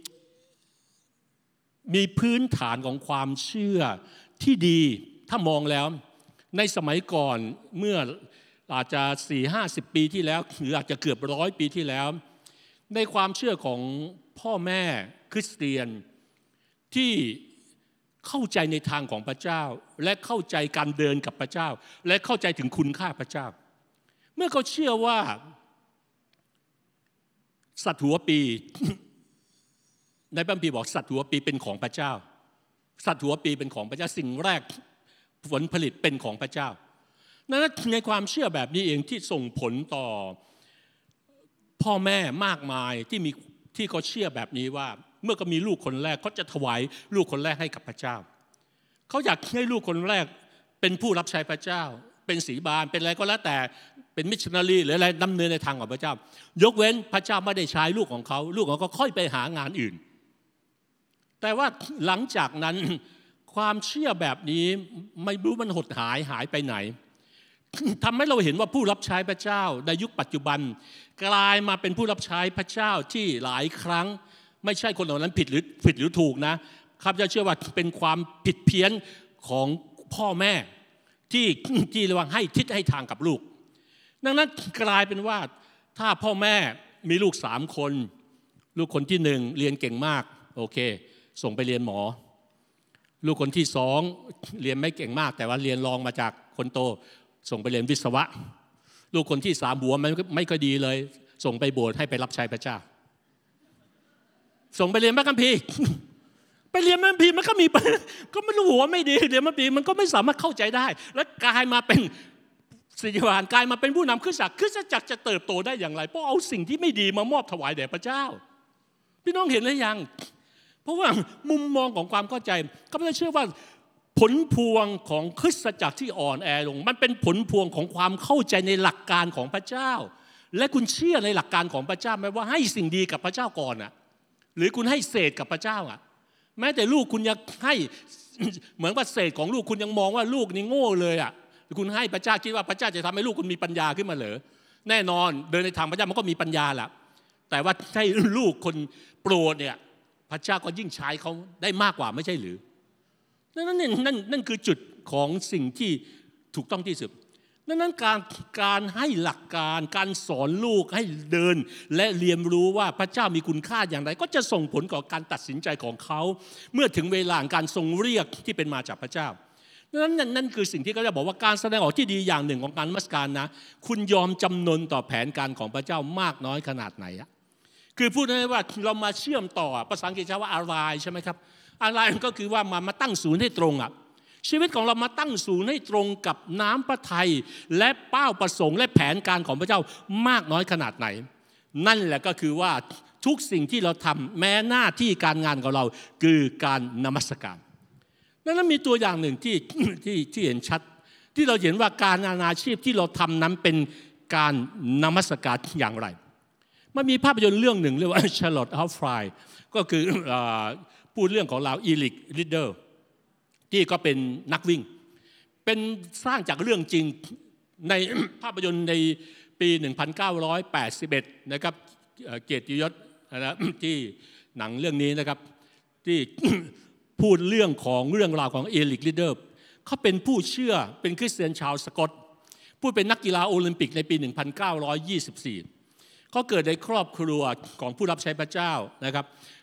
มีพื้นฐานของความเชื่อที่ดีถ้ามองแล้วในสมัยก่อนเมื่ออาจจะสี่ห้าสิบปีที่แล้วหรืออาจจะเกือบร้อยปีที่แล้วในความเชื่อของพ่อแม่คริสเตียนที่เข้าใจในทางของพระเจ้าและเข้าใจการเดินกับพระเจ้าและเข้าใจถึงคุณค่าพระเจ้าเมื่อเขาเชื่อว่าสัตว์หัวปีในพระคัมภีร์บอกสัตว์หัวปีเป็นของพระเจ้าสัตว์หัวปีเป็นของพระเจ้าสิ่งแรกผลผลิตเป็นของพระเจ้านั้นในความเชื่อแบบนี้เองที่ส่งผลต่อพ่อแม่มากมายที่มีที่เขาเชื่อแบบนี้ว่าเมื่อก็มีลูกคนแรกเขาจะถวายลูกคนแรกให้กับพระเจ้าเขาอยากให้ลูกคนแรกเป็นผู้รับใช้พระเจ้าเป็นศรีบานเป็นอะไรก็แล้วแต่เป็นมิชชันนารีหรืออะไรดำเนินในทางของพระเจ้ายกเว้นพระเจ้าไม่ได้ใช้ลูกของเขาลูกของเขาก็ค่อยไปหางานอื่นแต่ว่าหลังจากนั้นความเชื่อแบบนี้ไม่รู้มันหดหายหายไปไหนทำให้เราเห็นว่าผู้รับใช้พระเจ้าในยุคปัจจุบันกลายมาเป็นผู้รับใช้พระเจ้าที่หลายครั้งไม่ใช่คนเหล่านั้นผิดหรือผิดหรือถูกนะข้าพเจ้าเชื่อว่าเป็นความผิดเพี้ยนของพ่อแม่ที่ที่ระวังให้ทิศให้ทางกับลูกดังนั้นกลายเป็นว่าถ้าพ่อแม่มีลูกสามคนลูกคนที่หนึ่งเรียนเก่งมากโอเคส่งไปเรียนหมอลูกคนที่สองเรียนไม่เก่งมากแต่ว่าเรียนรองมาจากคนโตส่งไปเรียนวิศวะลูกคนที่สามหัวมันไม่ค่อยดีเลยส่งไปโบสถ์ให้ไปรับใช้พระเจ้าส่งไปเรียนพระคัมภีร์ไปเรียนพระคัมภีร์มันก็มีก็ไม่รู้หัวไม่ดีเรียนพระคัมภีร์มันก็ไม่สามารถเข้าใจได้แล้วกลายมาเป็นศิษยานุกลายมาเป็นผู้นำคริสตจักรคริสตจักรจะเติบโตได้อย่างไรเพราะเอาสิ่งที่ไม่ดีมามอบถวายแด่พระเจ้าพี่น้องเห็นหรือยังเพราะว่ามุมมองของความเข้าใจก็ไม่ได้เชื่อว่าผลพวงของคริสตจักรที่อ่อนแอลงมันเป็นผลพวงของความเข้าใจในหลักการของพระเจ้าและคุณเชื่อในหลักการของพระเจ้าไหมว่าให้สิ่งดีกับพระเจ้าก่อนอ่ะหรือคุณให้เศษกับพระเจ้าอ่ะแม้แต่ลูกคุณยังให้เหมือนว่าเศษของลูกคุณยังมองว่าลูกนี่โง่เลยอ่ะคุณให้พระเจ้าคิดว่าพระเจ้าจะทำให้ลูกคุณมีปัญญาขึ้นมาเหรอแน่นอนเดินในทางพระเจ้ามันก็มีปัญญาแหละแต่ว่าให้ลูกคนโปรดเนี่ยพระเจ้าก็ยิ่งใช้เขาได้มากกว่าไม่ใช่หรือนั่นนั่นนั่นนั่นคือจุดของสิ่งที่ถูกต้องที่สุดดังนั้นการการให้หลักการการสอนลูกให้เดินและเรียนรู้ว่าพระเจ้ามีคุณค่าอย่างไรก็จะส่งผลต่อการตัดสินใจของเขาเมื่อถึงเวลาการทรงเรียกที่เป็นมาจากพระเจ้าดังนั้นนั่นคือสิ่งที่เขาจะบอกว่าการแสดงออกที่ดีอย่างหนึ่งของการนมัสการนะคุณยอมจำนนต่อแผนการของพระเจ้ามากน้อยขนาดไหนอะคือพูดง่ายๆว่าเรามาเชื่อมต่อภาษาอังกฤษใช้ว่าอะไรใช่ไหมครับอะไรก็คือว่ามามาตั้งศูนย์ให้ตรงอ่ะชีวิตของเรามาตั้งศูนย์ให้ตรงกับน้ำพระทัยและเป้าประสงค์และแผนการของพระเจ้ามากน้อยขนาดไหนนั่นแหละก็คือว่าทุกสิ่งที่เราทำแม้หน้าที่การงานของเราคือการนมัสการนั้นมีตัวอย่างหนึ่งที่ที่ที่เห็นชัดที่เราเห็นว่าการงานอาชีพที่เราทำนั้นเป็นการนมัสการอย่างไรมันมีภาพยนตร์เรื่องหนึ่งเรียกว่า Charlotte House Fry ก็คือพูดเรื่องของเราอีลิกลิดเดอร์ที่ก็เป็นนักวิ่งเป็นสร้างจากเรื่องจริงใน ภาพยนตร์ในปีหนึ่งพันเก้าร้อยแปดสิบเอ็ดนะครับเกียรติยศนะที่หนังเรื่องนี้นะครับที่ พูดเรื่องของเรื่องราวของเอลิกลิดเดอร์เขาเป็นผู้เชื่อเป็นคริสเตียนชาวสกอตผู้เป็นนักกีฬาโอลิมปิกในปีหนึ่งพันเก้าร้อยยี่สิบสี่เขาเกิดในครอบครัวของผู้รับใช้พระเจ้านะครับ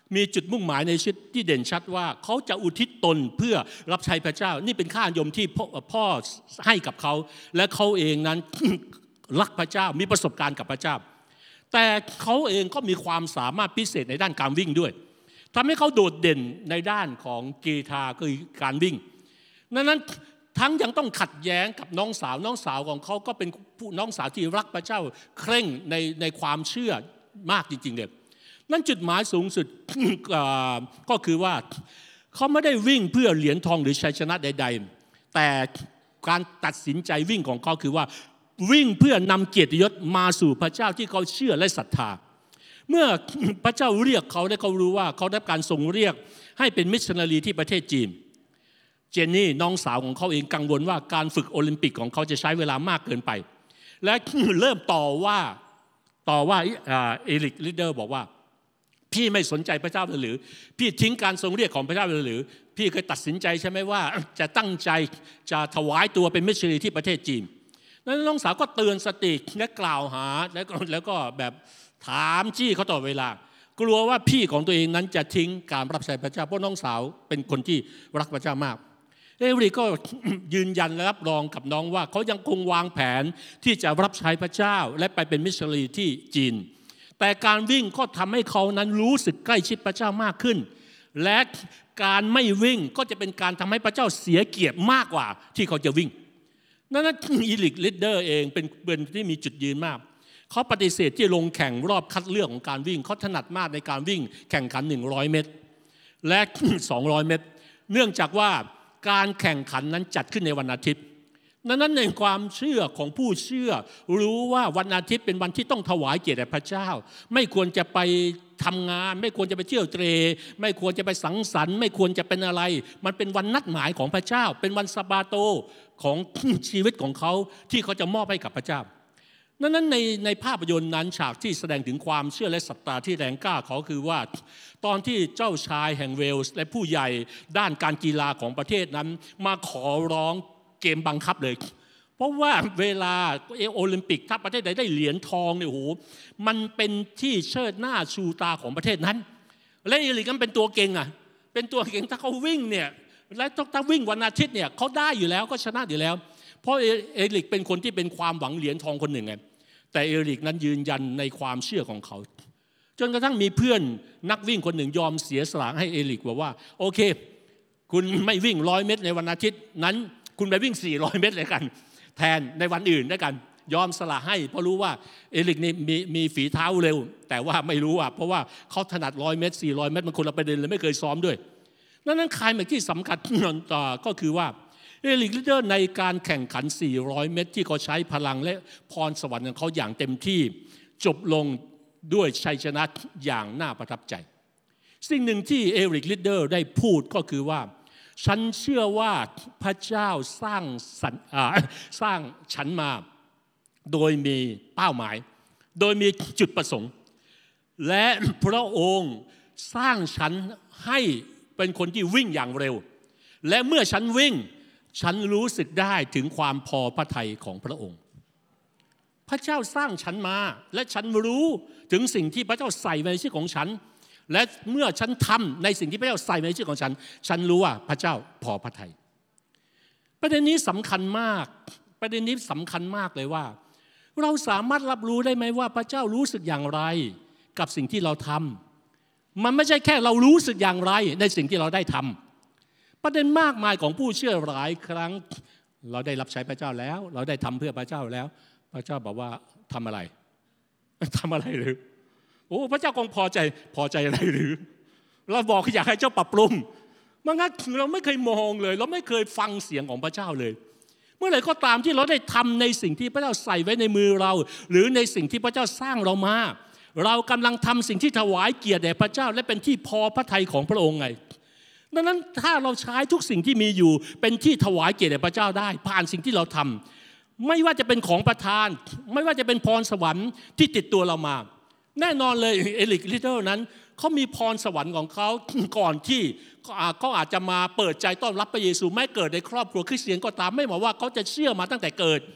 มีจุดมุ่งหมายในชีวิตที่เด่นชัดว่าเขาจะอุทิศตนเพื่อรับใช้พระเจ้านี่เป็นค่านิยมที่พ่อพ่อให้กับเขาและเขาเองนั้น รักพระเจ้ามีประสบการณ์กับพระเจ้าแต่เขาเองก็มีความสามารถพิเศษในด้านการวิ่งด้วยทำให้เขาโดดเด่นในด้านของกีฬาคือการวิ่งดังนั้นทั้งยังต้องขัดแย้งกับน้องสาวน้องสาวของเขาก็เป็นผู้น้องสาวที่รักพระเจ้าเคร่งในในความเชื่อมากจริงๆเลยนั่นจุดหมายสูงสุด ก็คือว่าเขาไม่ได้วิ่งเพื่อเหรียญทองหรือชัยชนะใดๆแต่การตัดสินใจวิ่งของเขาคือว่าวิ่งเพื่อนำเกียรติยศมาสู่พระเจ้าที่เขาเชื่อและศรัทธาเมื่อพระเจ้าเรียกเขาและเขารู้ว่าเขาได้การทรงเรียกให้เป็นมิชชันนารีที่ประเทศจีนเจนนี่น้องสาวของเขาเองกังวลว่าการฝึกโอลิมปิกของเขาจะใช้เวลามากเกินไปและเริ่มต่อว่าต่อว่าเอริกลิเดอร์บอกว่าพี่ไม่สนใจพระเจ้าหรือพี่ทิ้งการทรงเรียกของพระเจ้าหรือพี่เคยตัดสินใจใช่ไหมว่าจะตั้งใจจะถวายตัวเป็นมิชชันนารีที่ประเทศจีนนั้นน้องสาวก็เตือนสติและกล่าวหาแล้วก็แล้วก็แบบถามจี้เขาตลอดเวลากลัวว่าพี่ของตัวเองนั้นจะทิ้งการรับใช้พระเจ้าเพราะน้องสาวเป็นคนที่รักพระเจ้ามากเอริกก็ ยืนยันและรับรองกับน้องว่าเขายังคงวางแผนที่จะรับใช้พระเจ้าและไปเป็นมิชชันนารีที่จีนแต่การวิ่งก็ทำให้เขานั้นรู้สึกใกล้ชิดพระเจ้ามากขึ้นและการไม่วิ่งก็จะเป็นการทำให้พระเจ้าเสียเกียรติมากกว่าที่เขาจะวิ่งนั่นนั่นอีลิกลิดเดอร์เองเป็นเป็นที่มีจุดยืนมากเขาปฏิเสธที่ลงแข่งรอบคัดเลือกของการวิ่งเขาถนัดมากในการวิ่งแข่งขันหนึ่งร้อยเมตรและ สองร้อยเมตรเนื่องจากว่าการแข่งขันนั้นจัดขึ้นในวันอาทิตย์นั้นในความเชื่อของผู้เชื่อรู้ว่าวันอาทิตย์เป็นวันที่ต้องถวายเกียรติแด่พระเจ้าไม่ควรจะไปทำงานไม่ควรจะไปเที่ยวเตร่ไม่ควรจะไปสังสรรค์ไม่ควรจะเป็นอะไรมันเป็นวันนัดหมายของพระเจ้าเป็นวันซาบาโตของชีวิตของเขาที่เขาจะมอบให้กับพระเจ้านั้นในในภาพยนตร์นั้นฉากที่แสดงถึงความเชื่อและศรัทธาที่แรงกล้าเขาคือว่าตอนที่เจ้าชายแห่งเวลส์และผู้ใหญ่ด้านการกีฬาของประเทศนั้นมาขอร้องเกมบังคับเลยเพราะว่าเวลาโอลิมปิกถ้าประเทศใดได้เหรียญทองเนี่ยโอ้โหมันเป็นที่เชิดหน้าชูตาของประเทศนั้นและเอริกนั้นเป็นตัวเก่งอ่ะเป็นตัวเก่งถ้าเขาวิ่งเนี่ยและถ้าวิ่งวันอาทิตย์เนี่ยเขาได้อยู่แล้วก็ชนะอยู่แล้วเพราะเอริกเป็นคนที่เป็นความหวังเหรียญทองคนหนึ่งไงแต่เอริกนั้นยืนยันในความเชื่อของเขาจนกระทั่งมีเพื่อนนักวิ่งคนหนึ่งยอมเสียสละให้เอริกบอกว่าโอเคคุณไม่วิ่งร้อยเมตรในวันอาทิตย์นั้นคุณไปวิ่งสี่ร้อยเมตรเลยกันแทนในวันอื่นด้วยกันยอมสละให้เพราะรู้ว่าเอริกนี่มีมีฝีเท้าเร็วแต่ว่าไม่รู้อ่ะเพราะว่าเขาถนัดร้อยเมตรสี่ร้อยเมตรมันคนละประเด็นเลยไม่เคยซ้อมด้วยนั้นคลายแม็กที่สำคัญต่อก็คือว่าเอริกลิเดอร์ในการแข่งขันสี่ร้อยเมตรที่เขาใช้พลังและพรสวรรค์ของเขาอย่างเต็มที่จบลงด้วยชัยชนะอย่างน่าประทับใจสิ่งหนึ่งที่เอริกลิเดอร์ได้พูดก็คือว่าฉันเชื่อว่าพระเจ้าสร้างสร้างฉันมาโดยมีเป้าหมายโดยมีจุดประสงค์และพระองค์สร้างฉันให้เป็นคนที่วิ่งอย่างเร็วและเมื่อฉันวิ่งฉันรู้สึกได้ถึงความพอพระทัยของพระองค์พระเจ้าสร้างฉันมาและฉันรู้ถึงสิ่งที่พระเจ้าใส่ในชีวิตของฉันและเมื่อฉันทำในสิ่งที่พระเจ้าใส่ในชีวิตของฉันฉันรู้ว่าพระเจ้าพอพระทัยประเด็นนี้สำคัญมากประเด็นนี้สำคัญมากเลยว่าเราสามารถรับรู้ได้ไหมว่าพระเจ้ารู้สึกอย่างไรกับสิ่งที่เราทำมันไม่ใช่แค่เรารู้สึกอย่างไรในสิ่งที่เราได้ทำประเด็นมากมายของผู้เชื่อหลายครั้งเราได้รับใช้พระเจ้าแล้วเราได้ทำเพื่อพระเจ้าแล้วพระเจ้าบอกว่าทำอะไรทำอะไรหรือโอ้พระเจ้าคงพอใจพอใจอะไรหรือเราบอกอยากให้เจ้าปรับปรุงมันงั้นเราไม่เคยมองเลยเราไม่เคยฟังเสียงของพระเจ้าเลยเมื่อไหร่ก็ตามที่เราได้ทำในสิ่งที่พระเจ้าใส่ไว้ในมือเราหรือในสิ่งที่พระเจ้าสร้างเรามาเรากำลังทำสิ่งที่ถวายเกียรติแด่พระเจ้าและเป็นที่พอพระทัยของพระองค์ไงดังนั้นถ้าเราใช้ทุกสิ่งที่มีอยู่เป็นที่ถวายเกียรติแด่พระเจ้าได้ผ่านสิ่งที่เราทำไม่ว่าจะเป็นของประทานไม่ว่าจะเป็นพรสวรรค์ที่ติดตัวเรามาแน่นอนเลยเอริกลิตเติ้ลนั้นเขามีพรสวรรค์ของเขาก่อนที่เขาอาจจะมาเปิดใจต้อนรับพระเยซูแม้เกิดในครอบครัวคริสเตียนก็ตามไม่หมายว่าเขาจะเชื่อมาตั้งแต่เกิด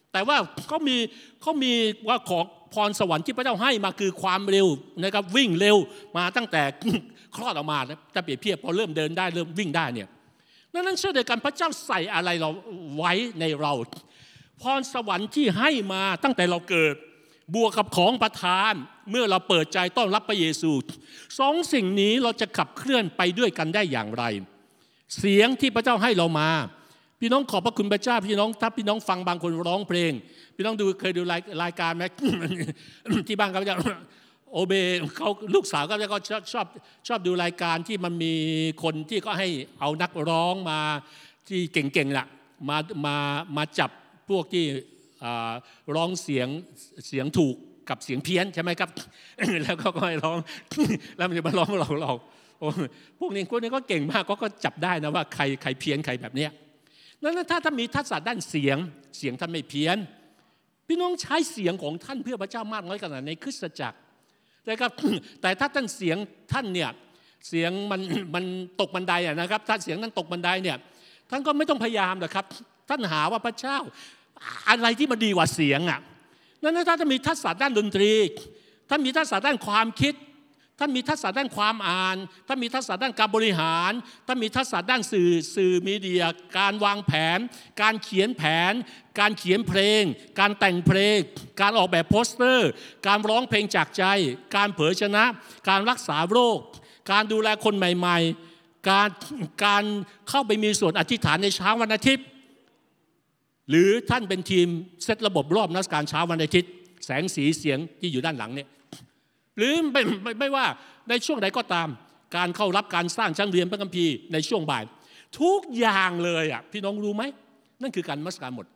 แต่ว่าเขามีเขามีว่าของพรสวรรค์ที่พระเจ้าให้มาคือความเร็วนะครับวิ่งเร็วมาตั้งแต่คลอดออกมาจะเปรียบเทียบพอเริ่มเดินได้เริ่มวิ่งได้เนี่ยนั้นเชื่อเดียวกันพระเจ้าใส่อะไรเราไว้ในเราพรสวรรค์ที่ให้มาตั้งแต่เราเกิดบวกกับของประทานเมื่อเราเปิดใจต้อนรับพระเยซูสองสิ่งนี้เราจะขับเคลื่อนไปด้วยกันได้อย่างไรเสียงที่พระเจ้าให้เรามาพี่น้องขอบพระคุณพระเจ้าพี่น้องถ้าพี่น้องฟังบางคนร้องเพลงพี่น้องดูเคยดูรายรายการไหม ที่บ้านเขาจะโอเบเขาลูกสาวก็จะก็ชอบชอบชอบดูรายการที่มันมีคนที่ก็ให้เอานักร้องมาที่เก่งๆล่ะมามามาจับพวกที่ร้องเสียงเสียงถูกกับเสียงเพี้ยนใช่ไหมครับ แล้วก็ให้ร้องแล้วมันจะมาร้องเราเราพวกนี้พวกนี้ก็เก่งมากก็จับได้นะว่าใครใครเพี้ยนใครแบบเนี้ยนั้นถ้าท่านมีทักษะด้านเสียงเสียงท่านไม่เพี้ยนพี่น้องใช้เสียงของท่านเพื่อพระเจ้ามากน้อยขนาดในคริสตจักรนะครับแต่ถ้าท่านเสียงท่านเนี่ยเสียงมันมันตกบันไดอะนะครับถ้าเสียงนั้นตกบันไดเนี่ยท่านก็ไม่ต้องพยายามหรอกครับท่านหาว่าพระเจ้าอะไรที่มันดีกว่าเสียงอ่ะนั้นถ้าท่านมีทักษะด้านดนตรีท่านมีทักษะด้านความคิดท่านมีทักษะด้านความอ่านท่านมีทักษะด้านการบริหารท่านมีทักษะด้านสื่อสื่อมีเดียการวางแผนการเขียนแผนการเขียนเพลงการแต่งเพลงการออกแบบโปสเตอร์การร้องเพลงจากใจการเผยชนะการรักษาโรคการดูแลคนใหม่ๆการการเข้าไปมีส่วนอธิษฐานในเช้าวันอาทิตย์หรือท่านเป็นทีมเซตระบบรอบนักการเช้าวันอาทิตย์แสงสีเสียงที่อยู่ด้านหลังเนี่ยหรือไม่ไม่ไม่ว่าในช่วงใดก็ตามการเข้ารับการสร้างชั้นเรียนพระคัมภีร์ในช่วงบ่ายทุกอย่างเลยอ่ะพี่น้องรู้ไหมนั่นคือการนมัสการหมด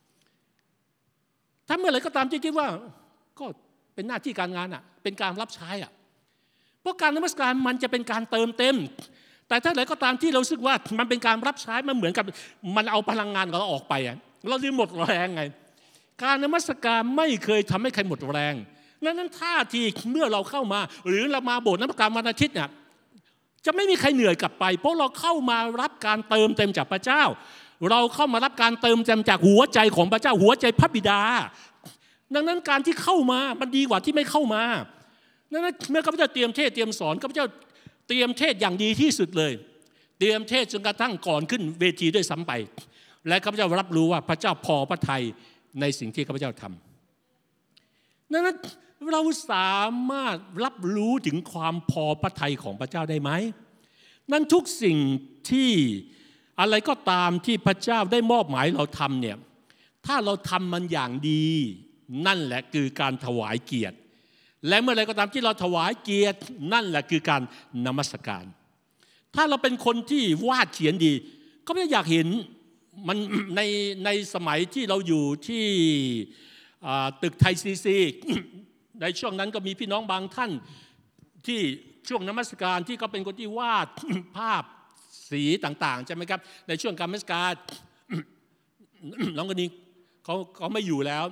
ถ้าเมื่อไหร่ก็ตามที่คิดว่าก็เป็นหน้าที่การงานอ่ะเป็นการรับใช้อ่ะเพราะการนมัสการมันจะเป็นการเติมเต็มแต่ถ้าไหนก็ตามที่เราสึกว่ามันเป็นการรับใช้มันเหมือนกับมันเอาพลังงานของเราออกไปอ่ะเราจะหมดแรงไงการนมัสการไม่เคยทำให้ใครหมดแรงนั้นท่าทีเมื่อเราเข้ามาหรือเรามาโบสถ์นมัสการวันอาทิตย์เนี่ยจะไม่มีใครเหนื่อยกลับไปเพราะเราเข้ามารับการเติมเต็มจากพระเจ้าเราเข้ามารับการเติมเต็มจากหัวใจของพระเจ้าหัวใจพระบิดาดังนั้นการที่เข้ามามันดีกว่าที่ไม่เข้ามาดังนั้นเมื่อข้าพเจ้าเตรียมเทศเตรียมสอนข้าพเจ้าเตรียมเทศอย่างดีที่สุดเลยเตรียมเทศจนกระทั่งก่อนขึ้นเวทีด้วยซ้ำไปและข้าพเจ้ารับรู้ว่าพระเจ้าพอพระทัยในสิ่งที่ข้าพเจ้าทำดังนั้นเราสามารถรับรู้ถึงความพอพระทัยของพระเจ้าได้ไหมนั่นทุกสิ่งที่อะไรก็ตามที่พระเจ้าได้มอบหมายเราทำเนี่ยถ้าเราทำมันอย่างดีนั่นแหละคือการถวายเกียรติและเมื่อไรก็ตามที่เราถวายเกียรตินั่นแหละคือการนมัสการถ้าเราเป็นคนที่วาดเขียนดีก็ไม่อยากเห็นมันในในสมัยที่เราอยู่ที่ตึกไทยซีซีในช่วงนั้นก็มีพี่น้องบางท่านที่ช่วงนมัสการที่เขาเป็นคนที่วาดภาพสีต่างๆใช่ไหมครับในช่วงการนมัสการน้องคนนี้เขาเขาไม่อยู่แล้ว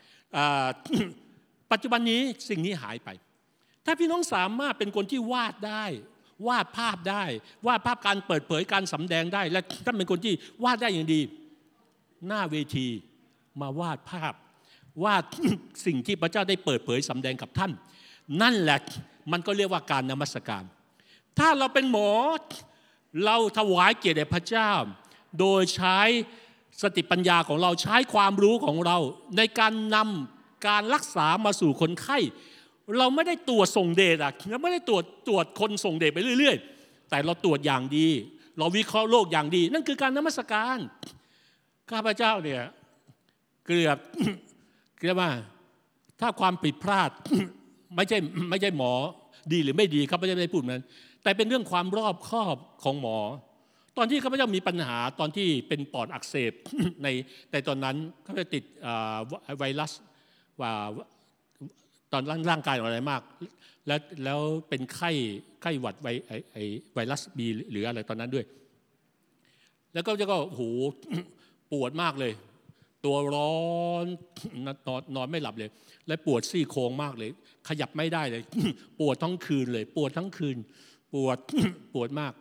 ปัจจุบันนี้สิ่งนี้หายไปถ้าพี่น้องสามารถเป็นคนที่วาดได้วาดภาพได้วาดภาพการเปิดเผยการสำแดงได้และถ้าเป็นคนที่วาดได้อย่างดีหน้าเวทีมาวาดภาพวาดสิ่งที่พระเจ้าได้เปิดเผยสำแดงกับท่านนั่นแหละมันก็เรียกว่าการนมัสการถ้าเราเป็นหมอเราถวายเกียรติแด่พระเจ้าโดยใช้สติปัญญาของเราใช้ความรู้ของเราในการนำการรักษามาสู่คนไข้เราไม่ได้ตรวจส่งเดชอะเราไม่ได้ตรวจตรวจคนส่งเดชไปเรื่อยๆแต่เราตรวจอย่างดีเราวิเคราะห์โรคอย่างดีนั่นคือการนมัสการข้าพเจ้าเนี่ยเกือบเรียกว่าถ้าความผิดพลาดไม่ใช่ไม่ใช่หมอดีหรือไม่ดีข้าพเจ้าไม่ได้พูดนั้นแต่เป็นเรื่องความรอบคอบของหมอตอนที่ข้าพเจ้ามีปัญหาตอนที่เป็นปอดอักเสบในแต่ตอนนั้นข้าพเจ้าติดไวรัสว่าตอนร่างกายอะไรมากแล้วแล้วเป็นไข้ไข้หวัดไวไอไวรัสบีหรืออะไรตอนนั้นด้วยแล้วก็จะก็โหปวดมากเลยตัวร้อนนอนนอนไม่หลับเลยและปวดซี่โครงมากเลยขยับไม่ได้เลยปวดทั้งคืนเลยปวดทั้งคืนปวดปวดมาก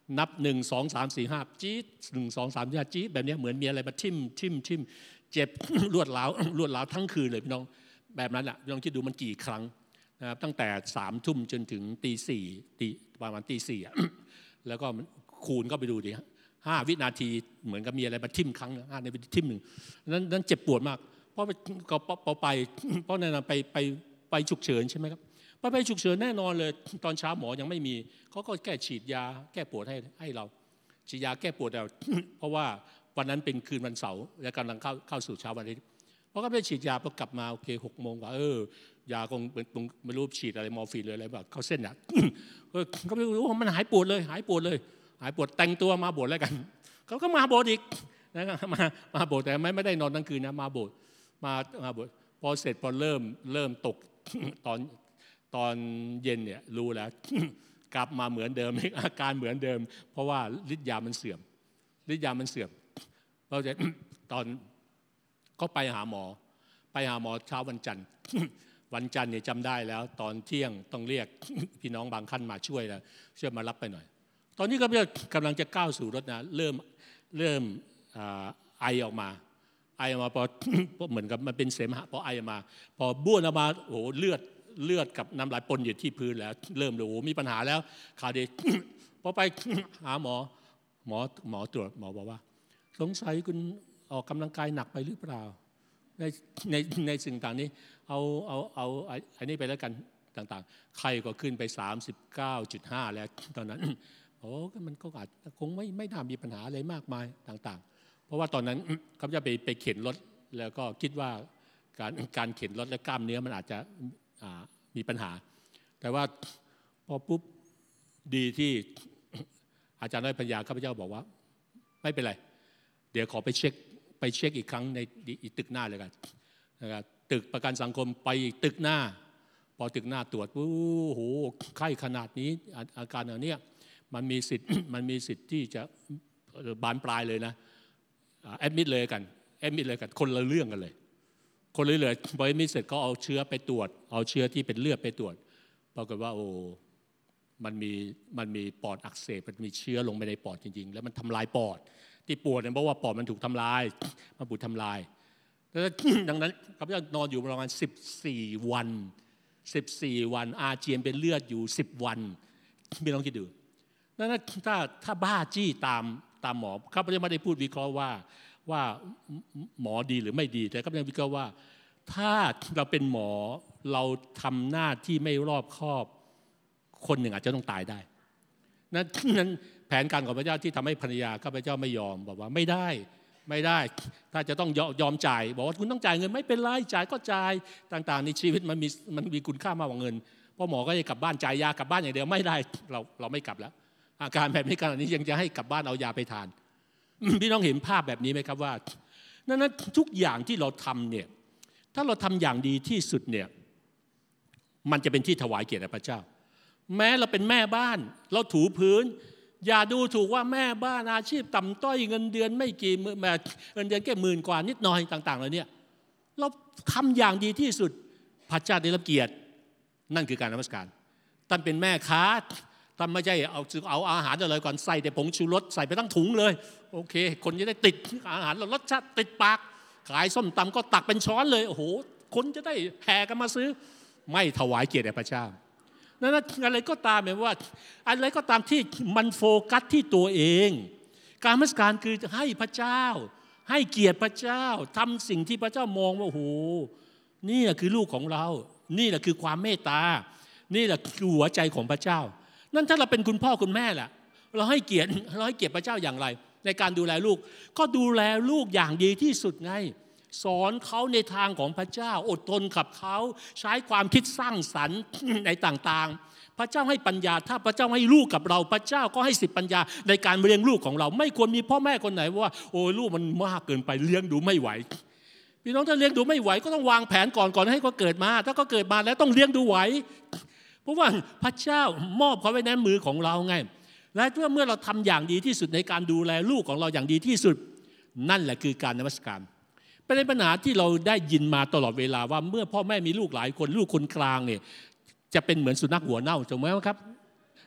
นับหนึ่งสองสามสี่ห้าจี๊ดหนึ่งสองสามสี่ห้าจี๊ดแบบนี้เหมือนมีอะไรมาทิ่มทิ่มทิ่มเจ็บ รวดร้าวรวดร้าวทั้งคืนเลยพี่น้องแบบนั้นแหละพี่น้องคิดดูมันกี่ครั้งนะครับตั้งแต่สามทุ่มจนถึงตีสี่ตีประมาณตีสี่แล้วก็คูณก็ไปดูดิห้าวินาทีเหมือนกับมีอะไรมาทิ่มครั้งห้าในทิ่มหนึ่งนั้นนั้นเจ็บปวดมากเพราะก็ไปเพราะนั่นไปไปไปฉุกเฉินใช่ไหมครับไปไปฉุกเฉินแน่นอนเลยตอนเช้าหมอยังไม่มีเขาก็แก้ฉีดยาแก้ปวดให้ให้เราฉีดยาแก้ปวดเราเพราะว่าวันนั้นเป็นคืนวันเสาร์และกำลังเข้าเข้าสู่เช้าวันอาทิตย์พอก็ไปฉีดยาพอกลับมาโอเคหกโมงว่าเออยาคงไม่รู้ฉีดอะไรมอร์ฟีนเลยอะไรแบบเข้าเส้นอ่ะก็ไม่รู้มันหายปวดเลยหายปวดเลยหายปวดแต่งตัวมาโบสถ์แล้วกันเขาก็มาโบสถ์อีกนะมามาโบสถ์แต่ไม่ไม่ได้นอนทั้งคืนนะมาโบสถ์มามาโบสถ์พอเสร็จพอเริ่มเริ่มตกตอนตอนเย็นเนี่ยรู้แล้วกลับมาเหมือนเดิมอาการเหมือนเดิมเพราะว่าฤทธิ์ยามันเสื่อมฤทธิ์ยามันเสื่อมเราจะตอนก็ไปหาหมอไปหาหมอเช้าวันจันทร์วันจันทร์เนี่ยจำได้แล้วตอนเที่ยงต้องเรียกพี่น้องบางท่านมาช่วยแล้วช่วยมารับไปหน่อยตอนนี้ก็กำลังจะก้าวสู่รถนะเริ่มเริ่มไอออกมาไอออกมาพอเหมือนกับมันเป็นเสมหะพอไอออกมาพอบ้วนออกมาโอ้โหเลือดเลือดกับน้ำลายปนอยู่ที่พื้นแล้วเริ่มเลยโอ้โหมีปัญหาแล้วข่าวดีพอไปหาหมอหมอหมอตรวจหมอบอกว่าสงสัยคุณออกกำลังกายหนักไปหรือเปล่าในในในสิ่งต่างนี้เอาเอาเอาอันนี้ไปแล้วกันต่างๆไข้ก็ขึ้นไป สามสิบเก้าจุดห้า แล้วตอนนั้นโอ้มันก็อาจคงไม่ไม่น่ามีปัญหาอะไรมากมายต่างๆเพราะว่าตอนนั้นเขาจะไปไปเข็นรถแล้วก็คิดว่าการการเข็นรถและกล้ามเนื้อมันอาจจะมีปัญหาแต่ว่าพอปุ๊บดีที่อาจารย์น้อยปัญญาข้าพเจ้าบอกว่าไม่เป็นไรเดี๋ยวขอไปเช็คไปเช็คอีกครั้งในอีกตึกหน้าเลยกันนะครับตึกประกันสังคมไปอีกตึกหน้าพอตึกหน้าตรวจโอ้โหไข้ขนาดนี้อาการอย่างนี้มันมีสิทธิ์มันมีสิทธิ์ที่จะบานปลายเลยนะแอดมิดเลยกันแอดมิดเลยกันคนละเรื่องกันเลยคนเลยเลยพอแอดมิดเสร็จก็เอาเชื้อไปตรวจเอาเชื้อที่เป็นเลือดไปตรวจปรากฏว่าโอ้มันมีมันมีปอดอักเสบมันมีเชื้อลงไปในปอดจริงๆแล้วมันทำลายปอดที่ปวดเนี่ยเพราะว่าปอดมันถูกทำลายมันถูกทำลายดังนั้นข้าพเจ้านอนอยู่ประมาณสิบสี่วันสิบสี่วันอาเจียนเป็นเลือดอยู่สิบวันไม่ต้องคิดดูนั้นถ้าถ้าบ้าจี้ตามตามหมอข้าพเจ้าไม่ได้พูดวิเคราะห์ว่าว่าหมอดีหรือไม่ดีแต่ข้าพเจ้าวิเคราะห์ว่าถ้าเราเป็นหมอเราทำหน้าที่ไม่รอบคอบคนหนึ่งอาจจะต้องตายได้นั้นนั้นแผนการของพระเจ้าที่ทำให้ภรรยาข้าพเจ้าไม่ยอมบอกว่าไม่ได้ไม่ได้ถ้าจะต้องยอมจ่ายบอกว่าคุณต้องจ่ายเงินไม่เป็นไรจ่ายก็จ่ายต่างๆในชีวิตมันมีมันมีคุณค่ามากกว่าเงินเพราะหมอก็จะกลับบ้านจ่ายยากลับบ้านอย่างเดียวไม่ได้เราเราไม่กลับแล้วอาการแบบนี้ขนาดนี้ยังจะให้กลับบ้านเอายาไปทานพี่น้องเห็นภาพแบบนี้ไหมครับว่านั้นทุกอย่างที่เราทำเนี่ยถ้าเราทำอย่างดีที่สุดเนี่ยมันจะเป็นที่ถวายเกียรติแด่พระเจ้าแม้เราเป็นแม่บ้านเราถูพื้นอย่าดูถูกว่าแม่บ้านอาชีพต่ำต้อยเงินเดือนไม่กี่เงินเดือนแค่หมื่นกว่านิดหน่อยต่างๆเหล่านี้เราทำอย่างดีที่สุดพระเจ้าได้รับเกียรตินั่นคือการนมัสการท่านเป็นแม่ค้าท่านไม่ใช่เอาเอาอาหารอะไรก่อนใส่แต่ผงชูรสใส่ไปทั้งถุงเลยโอเคคนจะได้ติดอาหารรสชาติติดปากขายส้มตำก็ตักเป็นช้อนเลยโอ้โหคนจะได้แห่กันมาซื้อไม่ถวายเกียรติแด่พระเจ้านั่นอะไรก็ตามหมายว่าอะไรก็ตามที่มันโฟกัสที่ตัวเองการนมัสการคือให้พระเจ้าให้เกียรติพระเจ้าทำสิ่งที่พระเจ้ามองว่าโอ้โหนี่แหละคือลูกของเรานี่แหละคือความเมตตานี่แหละคือหัวใจของพระเจ้านั่นถ้าเราเป็นคุณพ่อคุณแม่ล่ะเราให้เกียรติเราให้เกียรติพระเจ้าอย่างไรในการดูแลลูกก็ดูแลลูกอย่างดีที่สุดไงสอนเขาในทางของพระเจ้าอดทนกับเขาใช้ความคิดสร้างสรรค์ในต่างๆพระเจ้าให้ปัญญาถ้าพระเจ้าให้ลูกกับเราพระเจ้าก็ให้สิทธิปัญญาในการเลี้ยงลูกของเราไม่ควรมีพ่อแม่คนไหนว่าโอ้ลูกมันมากเกินไปเลี้ยงดูไม่ไหวพี่น้องถ้าเลี้ยงดูไม่ไหวก็ต้องวางแผนก่อนก่อนให้เขาเกิดมาถ้าเขาเกิดมาแล้วต้องเลี้ยงดูไหวเพราะว่าพระเจ้ามอบเขาไว้ในมือของเราไงและเมื่อเราทำอย่างดีที่สุดในการดูแลลูกของเราอย่างดีที่สุดนั่นแหละคือการนมัสการเป็นปัญหาที่เราได้ยินมาตลอดเวลาว่าเมื่อพ่อแม่มีลูกหลายคนลูกคนกลางเนี่ยจะเป็นเหมือนสุนัขหัวเน่าถูกไหมครับ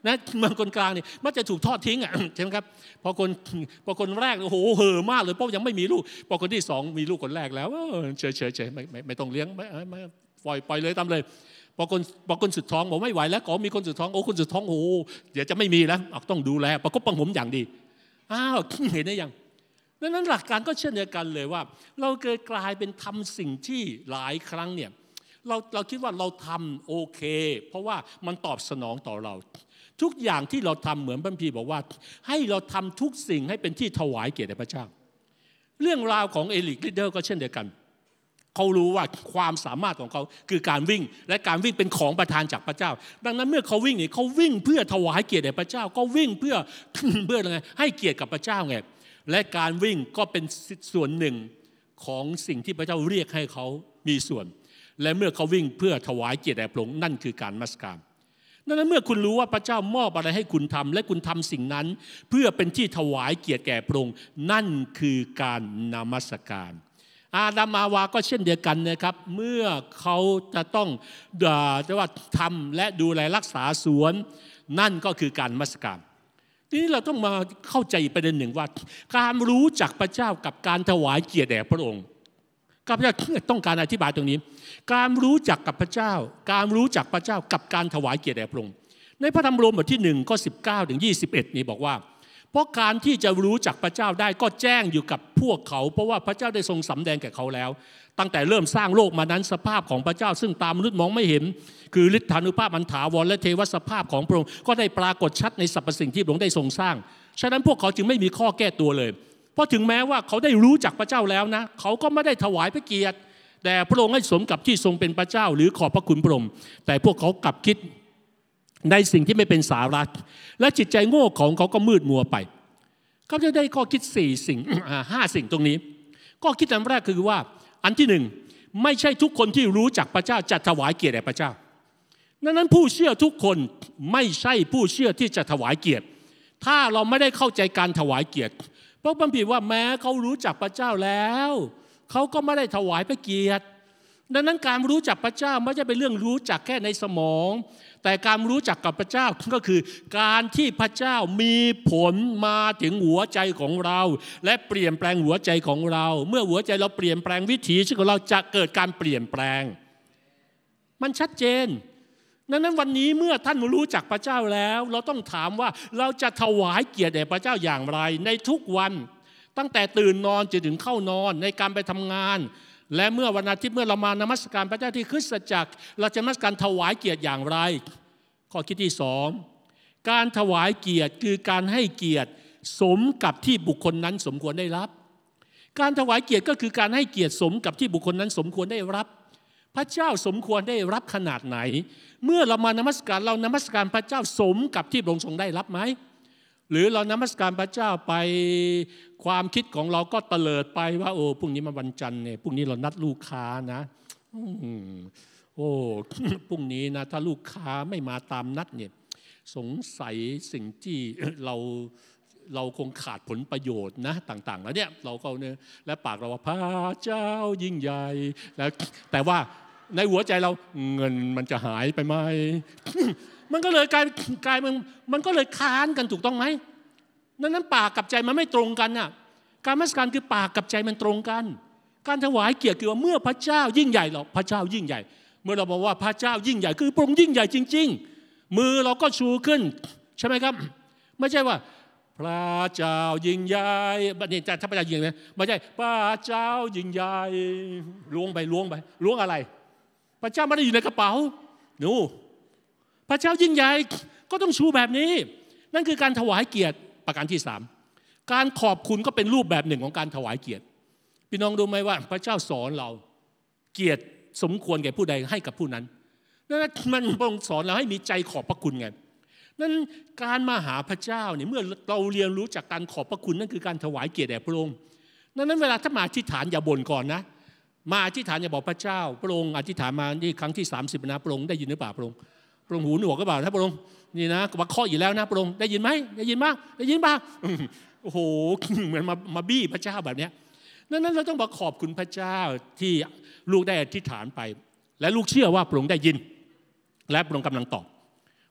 นะเมืองคนกลางนี่มันจะถูกทอดทิ้งอ่ะใช่ไหมครับพอคนพอคนแรกโอ้โหเห่อมากเลยเพราะยังไม่มีลูกพอคนที่สองมีลูกคนแรกแล้วเฉยเฉยเฉยไม่ไม่ไม่ต้องเลี้ยงไม่ไม่ปล่อยปล่อยเลยตามเลยพอคนพอคนสุดท้องบอกไม่ไหวแล้วขอมีคนสุดท้องโอ้คนสุดท้องโอ้เดี๋ยวจะไม่มีแล้วต้องดูแลประคบประหงมอย่างดีอ้าวเห็นได้ยังดังนั้นหลักการก็เช่นเดียวกันเลยว่าเราเกิดกลายเป็นทำสิ่งที่หลายครั้งเนี่ยเราเราคิดว่าเราทำโอเคเพราะว่ามันตอบสนองต่อเราทุกอย่างที่เราทำเหมือนพระคัมภีร์บอกว่าให้เราทำทุกสิ่งให้เป็นที่ถวายเกียรติแด่พระเจ้าเรื่องราวของเอลิกลีดเดอร์ก็เช่นเดียวกันเขารู้ว่าความสามารถของเขาคือการวิ่งและการวิ่งเป็นของประทานจากพระเจ้าดังนั้นเมื่อเขาวิ่งเนี่ยเขาวิ่งเพื่อถวายเกียรติแด่พระเจ้าก็วิ่งเพื่อเพื่ออะไรให้เกียรติกับพระเจ้าไงและการวิ่งก็เป็นส่วนหนึ่งของสิ่งที่พระเจ้าเรียกให้เขามีส่วนและเมื่อเขาวิ่งเพื่อถวายเกียรติแด่พระองค์นั่นคือการนมัสการดังนั้นเมื่อคุณรู้ว่าพระเจ้ามอบอะไรให้คุณทำและคุณทำสิ่งนั้นเพื่อเป็นที่ถวายเกียรติแก่พระองค์นั่นคือการนมัสการอาดัมอาวาก็เช่นเดียวกันนะครับเมื่อเขาจะต้องจะว่าทำและดูแลรักษาสวนนั่นก็คือการนมัสการทีนี้เราต้องมาเข้าใจประเด็นหนึ่งว่าการรู้จักพระเจ้ากับการถวายเกียรติแด่พระองค์ข้าพเจ้าต้องการอธิบายตรงนี้การรู้จักกับพระเจ้าการรู้จักพระเจ้ากับการถวายเกียรติแด่พระองค์ในพระธรรมโรมบทที่หนึ่งข้อสิบเก้าถึงยี่สิบเอ็ดนี้บอกว่าเพราะการที่จะรู้จักพระเจ้าได้ก็แจ้งอยู่กับพวกเขาเพราะว่าพระเจ้าได้ทรงสำแดงแก่เขาแล้วตั้งแต่เริ่มสร้างโลกมานั้นสภาพของพระเจ้าซึ่งตามมนุษย์มองไม่เห็นคือฤทธานุภาพอันถาวรและเทวสภาพของพระองค์ก็ได้ปรากฏชัดในสรรพสิ่งที่พระองค์ได้ทรงสร้างฉะนั้นพวกเขาจึงไม่มีข้อแก้ตัวเลยเพราะถึงแม้ว่าเขาได้รู้จักพระเจ้าแล้วนะเขาก็ไม่ได้ถวายพระเกียรติแต่พระองค์ให้สมกับที่ทรงเป็นพระเจ้าหรือขอบพระคุณพระองค์แต่พวกเขากลับคิดในสิ่งที่ไม่เป็นสาระและจิตใจโง่ของเขาก็มืดมัวไปเขาจะได้ข้อคิดสี่สิ่งห้าสิ่งตรงนี้ข้อคิดอันแรกคือว่าอันที่หนึ่งไม่ใช่ทุกคนที่รู้จักพระเจ้าจะถวายเกียรติแด่พระเจ้าดังนั้นผู้เชื่อทุกคนไม่ใช่ผู้เชื่อที่จะถวายเกียรติถ้าเราไม่ได้เข้าใจการถวายเกียรติเพราะพระคัมภีร์ว่าแม้เขารู้จักพระเจ้าแล้วเขาก็ไม่ได้ถวายพระเกียรติดังนั้นการรู้จักพระเจ้าไม่ใช่เป็นเรื่องรู้จักแค่ในสมองแต่การรู้จักกับพระเจ้าก็คือการที่พระเจ้ามีผลมาถึงหัวใจของเราและเปลี่ยนแปลงหัวใจของเราเมื่อหัวใจเราเปลี่ยนแปลงวิถีชีวิตของเราจะเกิดการเปลี่ยนแปลงมันชัดเจนดังนั้นวันนี้เมื่อท่านรู้จักพระเจ้าแล้วเราต้องถามว่าเราจะถวายเกียรติแด่พระเจ้าอย่างไรในทุกวันตั้งแต่ตื่นนอนจนถึงเข้านอนในการไปทำงานและเมื่อวันอาทิตย์เมื่อเรามานมัสการพระเจ้าที่คริสตจักรเราจะนมัสการถวายเกียรติอย่างไรข้อคิดที่สองการถวายเกียรติคือการให้เกียรติสมกับที่บุคคลนั้นสมควรได้รับการถวายเกียรติก็คือการให้เกียรติสมกับที่บุคคลนั้นสมควรได้รับพระเจ้าสมควรได้รับขนาดไหนเมื่อเรามานมัสการเรานมัสการพระเจ้าสมกับที่พระองค์ทรงได้รับไหมหรือเรานมัสการพระเจ้าไปความคิดของเราก็เตลิดไปว่าโอ้พรุ่งนี้มาวันจันทร์เนี่ยพรุ่งนี้เรานัดลูกค้านะโอ้พรุ่งนี้นะถ้าลูกค้าไม่มาตามนัดเนี่ยสงสัยสิ่งที่เราเราคงขาดผลประโยชน์นะต่างๆแล้วเนี่ยเราก็เนี่ยและปากเราว่าพระเจ้ายิ่งใหญ่แล้วแต่ว่าในหัวใจเราเงินมันจะหายไปไหมมันก็เลยกลายกลายมันมันก็เลยค้านกันถูกต้องไหมดังนั้นปากกับใจมันไม่ตรงกันน่ะการนมัสการคือปากกับใจมันตรงกันการถวายเกียรติคือว่าเมื่อพระเจ้ายิ่งใหญ่หรอกพระเจ้ายิ่งใหญ่เมื่อเราบอกว่าพระเจ้ายิ่งใหญ่คือพระองค์ยิ่งใหญ่จริงๆมือเราก็ชูขึ้นใช่ไหมครับไม่ใช่ว่าพระเจ้ายิ่งใหญ่บัดนี้จะถ้าพระเจ้ายิ่งใหญ่ไม่ใช่พระเจ้ายิ่งใหญ่ล้วงไปล้วงไปล้วงอะไรพระเจ้าไม่ได้อยู่ในกระเป๋าหนูพระเจ้ายิ่งใหญ่ก็ต้องชูแบบนี้นั่นคือการถวายเกียรติประการที่สามการขอบคุณก็เป็นรูปแบบหนึ่งของการถวายเกียรติพี่น้องรู้ไหมว่าพระเจ้าสอนเราเกียรติสมควรแก่ผู้ใดให้กับผู้นั้นนั่นมันพระองค์สอนเราให้มีใจขอบพระคุณไงนั้นการมาหาพระเจ้าเนี่ยเมื่อเราเรียนรู้จากการขอบพระคุณนั่นคือการถวายเกียรติแด่พระองค์ดังนั้นเวลาถ้ามาอธิษฐานอย่าบ่นก่อนนะมาอธิษฐานอย่าบอกพระเจ้าพระองค์อธิษฐานมานี่ครั้งที่สามสิบนะพระองค์ได้ยินหรือเปล่าพระองค์พระองค์หูหนวกก็เปล่าถ้าพระองค์นี่นะมาเคาะอีกแล้วนะพระองค์ได้ยินไหมได้ยินบ้างได้ยินบ้างโอ้โหเหมือนมามาบี้พระเจ้าแบบนี้ดังนั้นเราต้องบอกขอบคุณพระเจ้าที่ลูกได้อธิษฐานไปและลูกเชื่อว่าพระองค์ได้ยินและพระองค์กำลังตอบ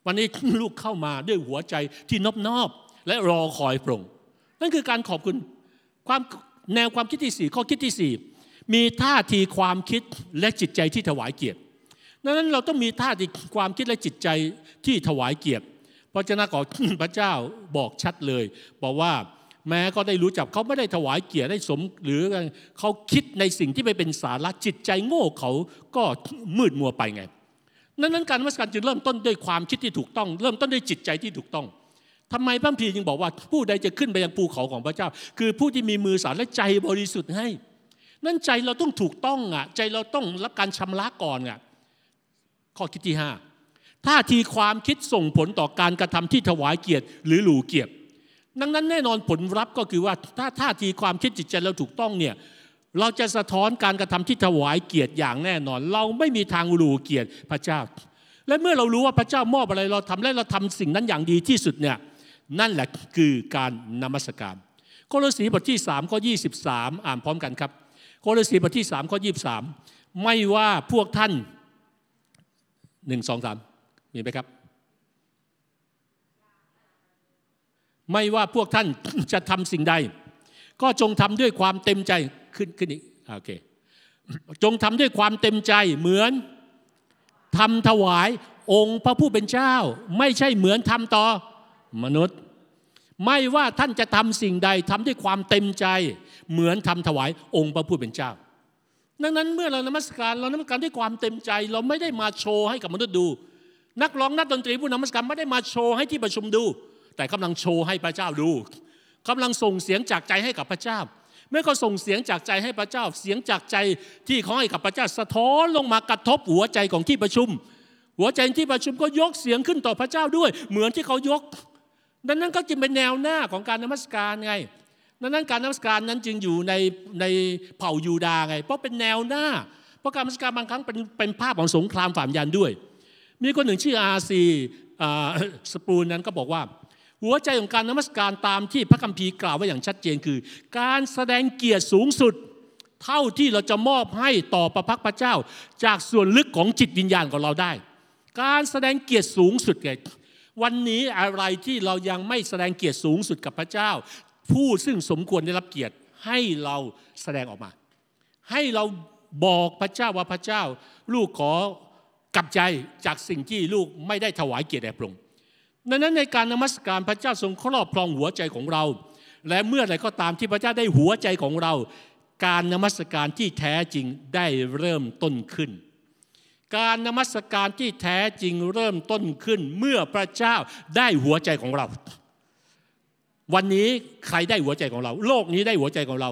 วันนี้ลูกเข้ามาด้วยหัวใจที่นอบนอบและรอคอยพระองค์นั่นคือการขอบคุณความแนวความคิดที่สี่ข้อคิดที่สี่มีท่าทีความคิดและจิตใจที่ถวายเกียรติดังนั้นเราต้องมีท่าทีความคิดและจิตใจที่ถวายเกียรติพระเจ้าของพระเจ้าบอกชัดเลยบอกว่าแม้ก็ได้รู้จักเขาไม่ได้ถวายเกียรติได้สมหรือเขาคิดในสิ่งที่ไม่เป็นสาระจิตใจโง่เขาก็มืดมัวไปไงนั้นการนมัสการจึงเริ่มต้นด้วยความคิดที่ถูกต้องเริ่มต้นด้วยจิตใจที่ถูกต้องทำไมพระคัมภีร์จึงบอกว่าผู้ใดจะขึ้นไปยังภูเขาของพระเจ้าคือผู้ที่มีมือสะอาดและใจบริสุทธิ์ให้นั่นใจเราต้องถูกต้องอ่ะใจเราต้องรับการชำระก่อนอ่ะข้อคิดที่ห้าท่าทีความคิดส่งผลต่อการกระทำที่ถวายเกียรติหรือหลู่เกียรติดังนั้นแน่นอนผลลัพธ์ก็คือว่าถ้าท่าทีความคิดจิตใจเราถูกต้องเนี่ยเราจะสะท้อนการกระทำที่ถวายเกียรติอย่างแน่นอนเราไม่มีทางหลู่เกียรติพระเจ้าและเมื่อเรารู้ว่าพระเจ้ามอบอะไรเราทำและเราทำสิ่งนั้นอย่างดีที่สุดเนี่ยนั่นแหละคือการนมัสการโคโลสีบทที่สามข้อยี่สิบสามอ่านพร้อมกันครับโคโลสีบทที่สามข้อยี่สิบสามไม่ว่าพวกท่านหนึ่งสองสามมีไหมครับไม่ว่าพวกท่านจะทำสิ่งใดก็จงทำด้วยความเต็มใจขึ้นขึ้นอีกโอเคจงทำด้วยความเต็มใจเหมือนทำถวายองค์พระผู้เป็นเจ้าไม่ใช่เหมือนทำต่อมนุษย์ไม่ว่าท่านจะทำสิ่งใดทำด้วยความเต็มใจเหมือนทำถวายองค์พระผู้เป็นเจ้าดังนั้นเมื่อเรานมัสการเรานมัสการด้วยความเต็มใจเราไม่ได้มาโชว์ให้กับมนุษย์ดูนักร้องนักดนตรีผู้นมัสการไม่ได้มาโชว์ให้ที่ประชุมดูแต่กำลังโชว์ให้พระเจ้าดูกำลังส่งเสียงจากใจให้กับพระเจ้าเมื่อเขาส่งเสียงจากใจให้พระเจ้าเสียงจากใจที่เขาให้กับพระเจ้าสะท้อนลงมากระทบหัวใจของที่ประชุมหัวใจที่ประชุมก็ยกเสียงขึ้นต่อพระเจ้าด้วยเหมือนที่เขายกดังนั้นก็จึงเป็นแนวหน้าของการนมัสการไงดังนั้นการนมัสการนั้นจึงอยู่ในในเผ่ายูดาห์ไงเพราะเป็นแนวหน้าเพราะการนมัสการบางครั้งเป็นเป็นภาพของสงครามฝ่ายวิญญาณด้วยมีคนหนึ่งชื่ออาซีสปูนนั้นก็บอกว่าหัวใจของการนมัสการตามที่พระคัมภีร์กล่าวไว้อย่างชัดเจนคือการแสดงเกียรติสูงสุดเท่าที่เราจะมอบให้ต่อพระพักพระเจ้าจากส่วนลึกของจิตวิญญาณของเราได้การแสดงเกียรติสูงสุดไงวันนี้อะไรที่เรายังไม่แสดงเกียรติสูงสุดกับพระเจ้าผู้ซึ่งสมควรได้รับเกียรติให้เราแสดงออกมาให้เราบอกพระเจ้าว่าพระเจ้าลูกขอกลับใจจากสิ่งที่ลูกไม่ได้ถวายเกียรติแด่พระองค์ดังนั้นในการนมัสการพระเจ้าทรงครอบครองหัวใจของเราและเมื่อใดก็ตามที่พระเจ้าได้หัวใจของเราการนมัสการที่แท้จริงได้เริ่มต้นขึ้นการนมัสการที่แท้จริงเริ่มต้นขึ้นเมื่อพระเจ้าได้หัวใจของเราวันนี้ใครได้หัวใจของเราโลกนี้ได้หัวใจของเรา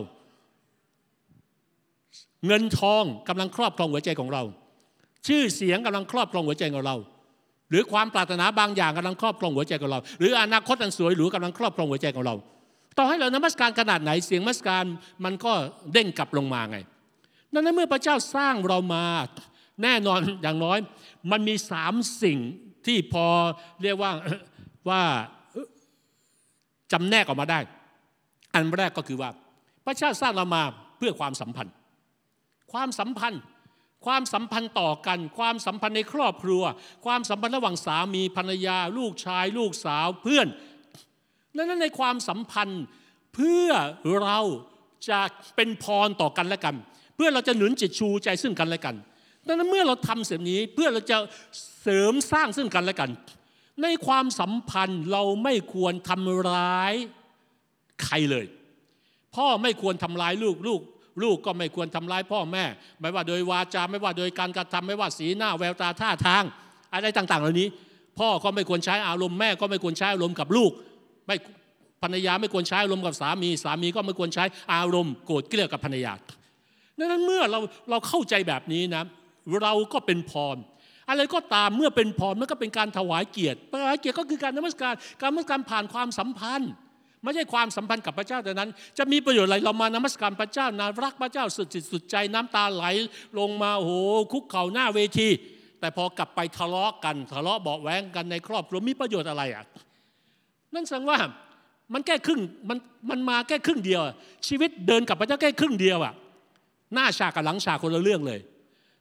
เงินทองกำลังครอบครองหัวใจของเราชื่อเสียงกำลังครอบครองหัวใจของเราหรือความปรารถนาบางอย่างกำลังครอบครองหัวใจของเราหรืออนาคตอันสวยหรูกำลังครอบครองหัวใจของเราต่อให้เรานมัสการขนาดไหนเสียงนมัสการมันก็เด้งกลับลงมาไงดังนั้นเมื่อพระเจ้าสร้างเรามาแน่นอนอย่างน้อยมันมีสามสิ่งที่พอเรียกว่าว่าจำแนกออกมาได้อันแรกก็คือว่าพระเจ้าสร้างเรามาเพื่อความสัมพันธ์ความสัมพันธ์ความสัมพันธ์ต่อกันความสัมพันธ์ในครอบครัวความสัมพันธ์ระหว่างสามีภรรยาลูกชายลูกสาวเพื่อนและนั้นในความสัมพันธ์เพื่อเราจะเป็นพรต่อกันและกันเพื่อเราจะหนุนจิตชูใจซึ่งกันและกันดังนั้นเมื่อเราทำเสร็จนี้เพื่อเราจะเสริมสร้างซึ่งกันและกันในความสัมพันธ์เราไม่ควรทำร้ายใครเลยพ่อไม่ควรทำร้ายลูกลูกลูกก็ไม่ควรทำร้ายพ่อแม่ไม่ว่าโดยวาจาไม่ว่าโดยการกระทำไม่ว่าสีหน้าแววตาท่าทางอะไรต่างๆเหล่านี้พ่อก็ไม่ควรใช้อารมณ์แม่ก็ไม่ควรใช้อารมณ์กับลูกไม่ภรรยาไม่ควรใช้อารมณ์กับสามีสามีก็ไม่ควรใช้อารมณ์โกรธเกลียดกับภรรยาดังนั้นเมื่อเราเราเข้าใจแบบนี้นะเราก็เป็นพรอะไรก็ตามเมื่อเป็นพรมันก็เป็นการถวายเกียรติถวายเกียรติก็คือการนมัสการการนมัสการผ่านความสัมพันธ์ไม่ใช่ความสัมพันธ์กับพระเจ้าแต่นั้นจะมีประโยชน์อะไรเรามานมัสการพระเจ้านะรักพระเจ้าสุดจิตสุดใจน้ำตาไหลลงมาโอ้โหคุกเข่าหน้าเวทีแต่พอกลับไปทะเลาะกันทะเลาะเบาะแว้งกันในครอบครัวมีประโยชน์อะไรอ่ะนั่นแสดงว่ามันแค่ครึ่งมันมันมาแค่ครึ่งเดียวชีวิตเดินกับพระเจ้าแค่ครึ่งเดียวอ่ะหน้าฉากกับหลังฉากคนละเรื่องเลย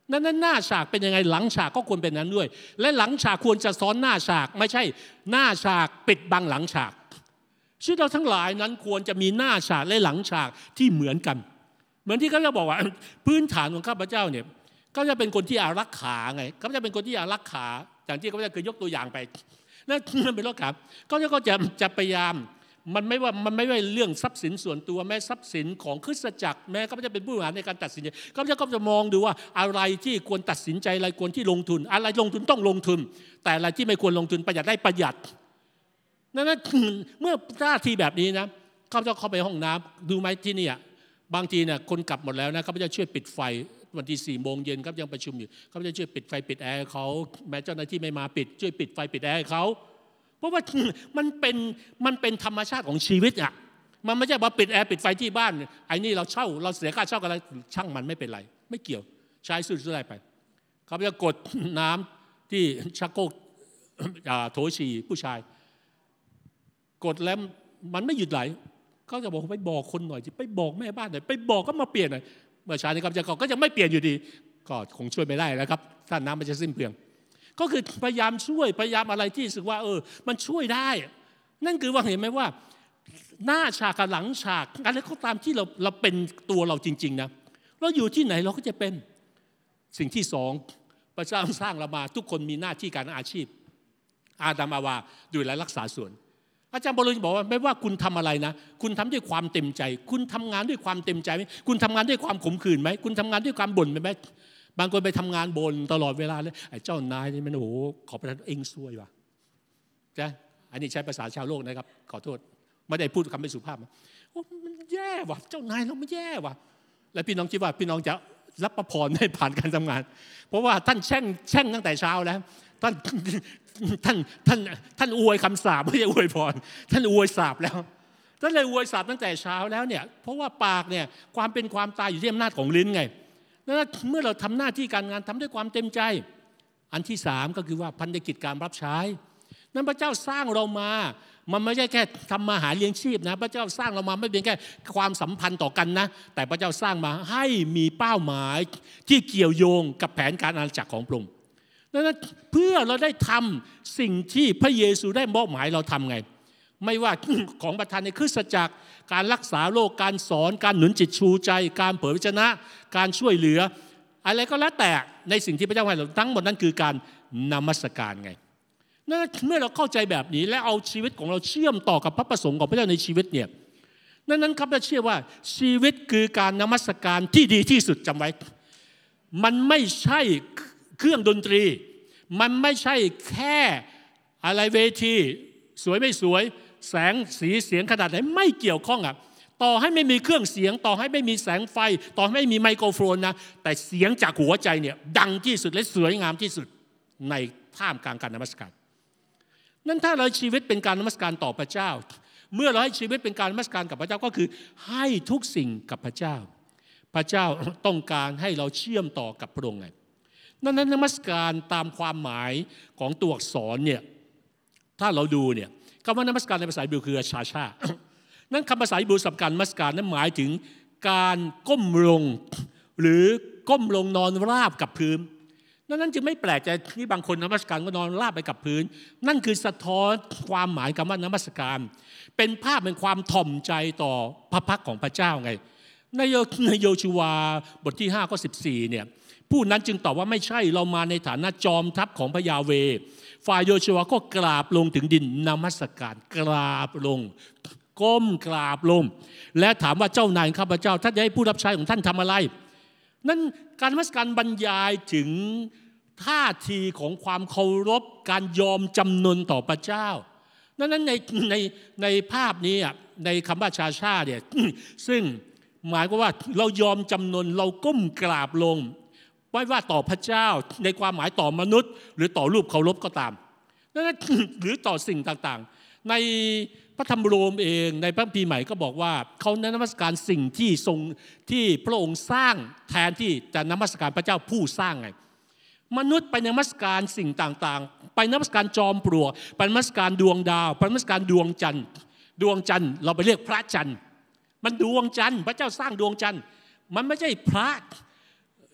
นั้นหน้าฉากเป็นยังไงหลังฉากก็ควรเป็นนั้นด้วยและหลังฉากควรจะซ้อนหน้าฉากไม่ใช่หน้าฉากปิดบังหลังฉากชีวิตเราทั้งหลายนั้นควรจะมีหน้าฉากและหลังฉากที่เหมือนกันเหมือนที่เขาจะบอกว่าพื้นฐานของข้าพเจ้าเนี่ยก็จะเป็นคนที่อารักขาไงเขาจะเป็นคนที่อารักขาอย่างที่เขาจะเคยยกตัวอย่างไปนั่นเป็นเรื่องครับก็จะจะพยายามมันไม่ว่ามันไม่ว่าเรื่องทรัพย์สินส่วนตัวแม้ทรัพย์สินของคริสตจักรแม้ก็จะเป็นผู้บริหารในการตัดสินใจก็จะก็จะมองดูว่าอะไรที่ควรตัดสินใจอะไรควรที่ลงทุนอะไรลงทุนต้องลงทุนแต่อะไรที่ไม่ควรลงทุนประหยัดได้ประหยัดนั่นเมื่อท่าทีแบบนี้นะเขาจะเข้าไปห้องน้ำดูไหมที่นี่บางทีเนี่ยคนกลับหมดแล้วนะเขาจะช่วยปิดไฟวันที่สี่โมงเย็นครับยังประชุมอยู่เขาจะช่วยปิดไฟปิดแอร์เขาแม้เจ้าหน้าที่ไม่มาปิดช่วยปิดไฟปิดแอร์เขาเพราะว่ามันเป็นมันเป็นธรรมชาติของชีวิตอ่ะมันไม่ใช่ว่าปิดแอร์ปิดไฟที่บ้านไอ้นี่เราเช่าเราเสียค่าเช่ากันอะไรช่างมันไม่เป็นไรไม่เกี่ยวใช้สุดอะไรไปเขาจะกดน้ำที่ชักโครกโถฉี่ผู้ชายกดแล้วมันไม่หยุดไหลเขาจะบอกไปบอกคนหน่อยไปบอกแม่บ้านหน่อยไปบอกก็มาเปลี่ยนหน่อยเมื่อเช้านี้ครับจะก็ยังไม่เปลี่ยนอยู่ดีก็คงช่วยไม่ได้แล้วครับถ้าน้ำมันจะสิ้นเปลืองก็คือพยายามช่วยพยายามอะไรที่รู้สึกว่าเออมันช่วยได้นั่นคือว่าเห็นไหมว่าหน้าฉากกับหลังฉากอะไรก็ตามที่เราเราเป็นตัวเราจริงๆนะเราอยู่ที่ไหนเราก็จะเป็นสิ่งที่สองพระเจ้าสร้างเรามาทุกคนมีหน้าที่การอาชีพอาดัมอาวาดูแลรักษาส่วนอาจารย์บอลบอกว่าไม่ว่าคุณทำอะไรนะคุณทำด้วยความเต็มใจคุณทำงานด้วยความเต็มใจไหมคุณทำงานด้วยความขมขื่นไหมคุณทำงานด้วยความบ่นไหมบางคนไปทำงานบ่นตลอดเวลาเลยไอ้เจ้านายนี่มันโอ้โหขอประทานเองซวยว่ะจ้ะอันนี้ใช้ภาษาชาวโลกนะครับขอโทษไม่ได้พูดคำไม่สุภาพโอ้มันแย่ว่ะเจ้านายเราไม่แย่ว่ะแล้วพี่น้องคิดว่าพี่น้องจะรับประพรให้ผ่านการทำงานเพราะว่าท่านแช่งแช่งตั้งแต่เช้าแล้วท่านท่านท่านท่านอวยคำสาปไม่ใช่อวยพรท่านอวยสาปแล้วท่านเลยอวยสาปตั้งแต่เช้าแล้วเนี่ยเพราะว่าปากเนี่ยความเป็นความตายอยู่ที่อำนาจของลิ้นไงแล้วเมื่อเราทำหน้าที่การงานทำด้วยความเต็มใจอันที่สามก็คือว่าพันธกิจการรับใช้นั้นพระเจ้าสร้างเรามามันไม่ใช่แค่ทำมาหาเลี้ยงชีพนะพระเจ้าสร้างเรามาไม่เป็นแค่ความสัมพันธ์ต่อกันนะแต่พระเจ้าสร้างมาให้มีเป้าหมายที่เกี่ยวโยงกับแผนการอาณาจักรของพระองค์นั้นเพื่อเราได้ทำสิ่งที่พระเยซูได้มอบหมายเราทำไงไม่ว่าของประทานในคริสตจักรการรักษาโรคการสอนการหนุนจิตชูใจการเผยพระวจนะการช่วยเหลืออะไรก็แล้วแต่ในสิ่งที่พระเจ้าให้เราทั้งหมดนั้นคือการนมัสการไงนั่นเมื่อเราเข้าใจแบบนี้และเอาชีวิตของเราเชื่อมต่อกับพระประสงค์ของพระเจ้าในชีวิตเนี่ยนั้นนั้นครับเราเชื่อว่าชีวิตคือการนมัสการที่ดีที่สุดจำไว้มันไม่ใช่เครื่องดนตรีมันไม่ใช่แค่อะไรเวทีสวยไม่สวยแสงสีเสียงขนาดไหนไม่เกี่ยวข้องอ่ะต่อให้ไม่มีเครื่องเสียงต่อให้ไม่มีแสงไฟต่อให้ไม่มีไมโครโฟนนะแต่เสียงจากหัวใจเนี่ยดังที่สุดและสวยงามที่สุดในท่ามกลางการนมัสการนั้นถ้าเราชีวิตเป็นการนมัสการต่อพระเจ้าเมื่อเราให้ชีวิตเป็นการนมัสการกับพระเจ้าก็คือให้ทุกสิ่งกับพระเจ้าพระเจ้าต้องการให้เราเชื่อมต่อกับพระองค์ไงนั้นนมัสการตามความหมายของตัวอักษรเนี่ยถ้าเราดูเนี่ยคำว่านมัสการในภาษาฮิบรูคือชาชานั้นคำภาษาฮิบรูสำหรับการนมัสการนั้นหมายถึงการก้มลงหรือก้มลงนอนราบกับพื้นนั้นจึงไม่แปลกใจที่บางคนนมัสการก็นอนราบไปกับพื้นนั่นคือสะท้อนความหมายคำว่านมัสการเป็นภาพเป็นความถ่อมใจต่อพระพักของพระเจ้าไงในโยชูวาบทที่ห้าข้อสิบสี่เนี่ยผู้นั้นจึงตอบว่าไม่ใช่เรามาในฐานะจอมทัพของพระยาเวห์ฝ่ายโยชูวาก็กราบลงถึงดินนมัสการกราบลงก้มกราบลงและถามว่าเจ้านายข้าพเจ้าท่านจะให้ผู้รับใช้ของท่านทำอะไรนั่นการนมัสการบรรยายถึงท่าทีของความเคารพการยอมจำนนต่อพระเจ้านั้นในในในภาพนี้ในคำว่าชาชาเนี่ยซึ่งหมายความว่าเรายอมจำนนเราก้มกราบลงไม่ว่าต่อพระเจ้าในความหมายต่อมนุษย์หรือต่อรูปเคารพก็ตามนั้นหรือต่อสิ่งต่างๆในพระธรรมโรมเองในพระคัมภีร์ใหม่ก็บอกว่าเขานมัสการสิ่งที่ทรงที่พระองค์สร้างแทนที่จะนมัสการพระเจ้าผู้สร้างไงมนุษย์ไปนมัสการสิ่งต่างๆไปนมัสการจอมปลวกไปนมัสการดวงดาวไปนมัสการดวงจันทร์ดวงจันทร์เราไปเรียกพระจันทร์มันดวงจันทร์พระเจ้าสร้างดวงจันทร์มันไม่ใช่พระ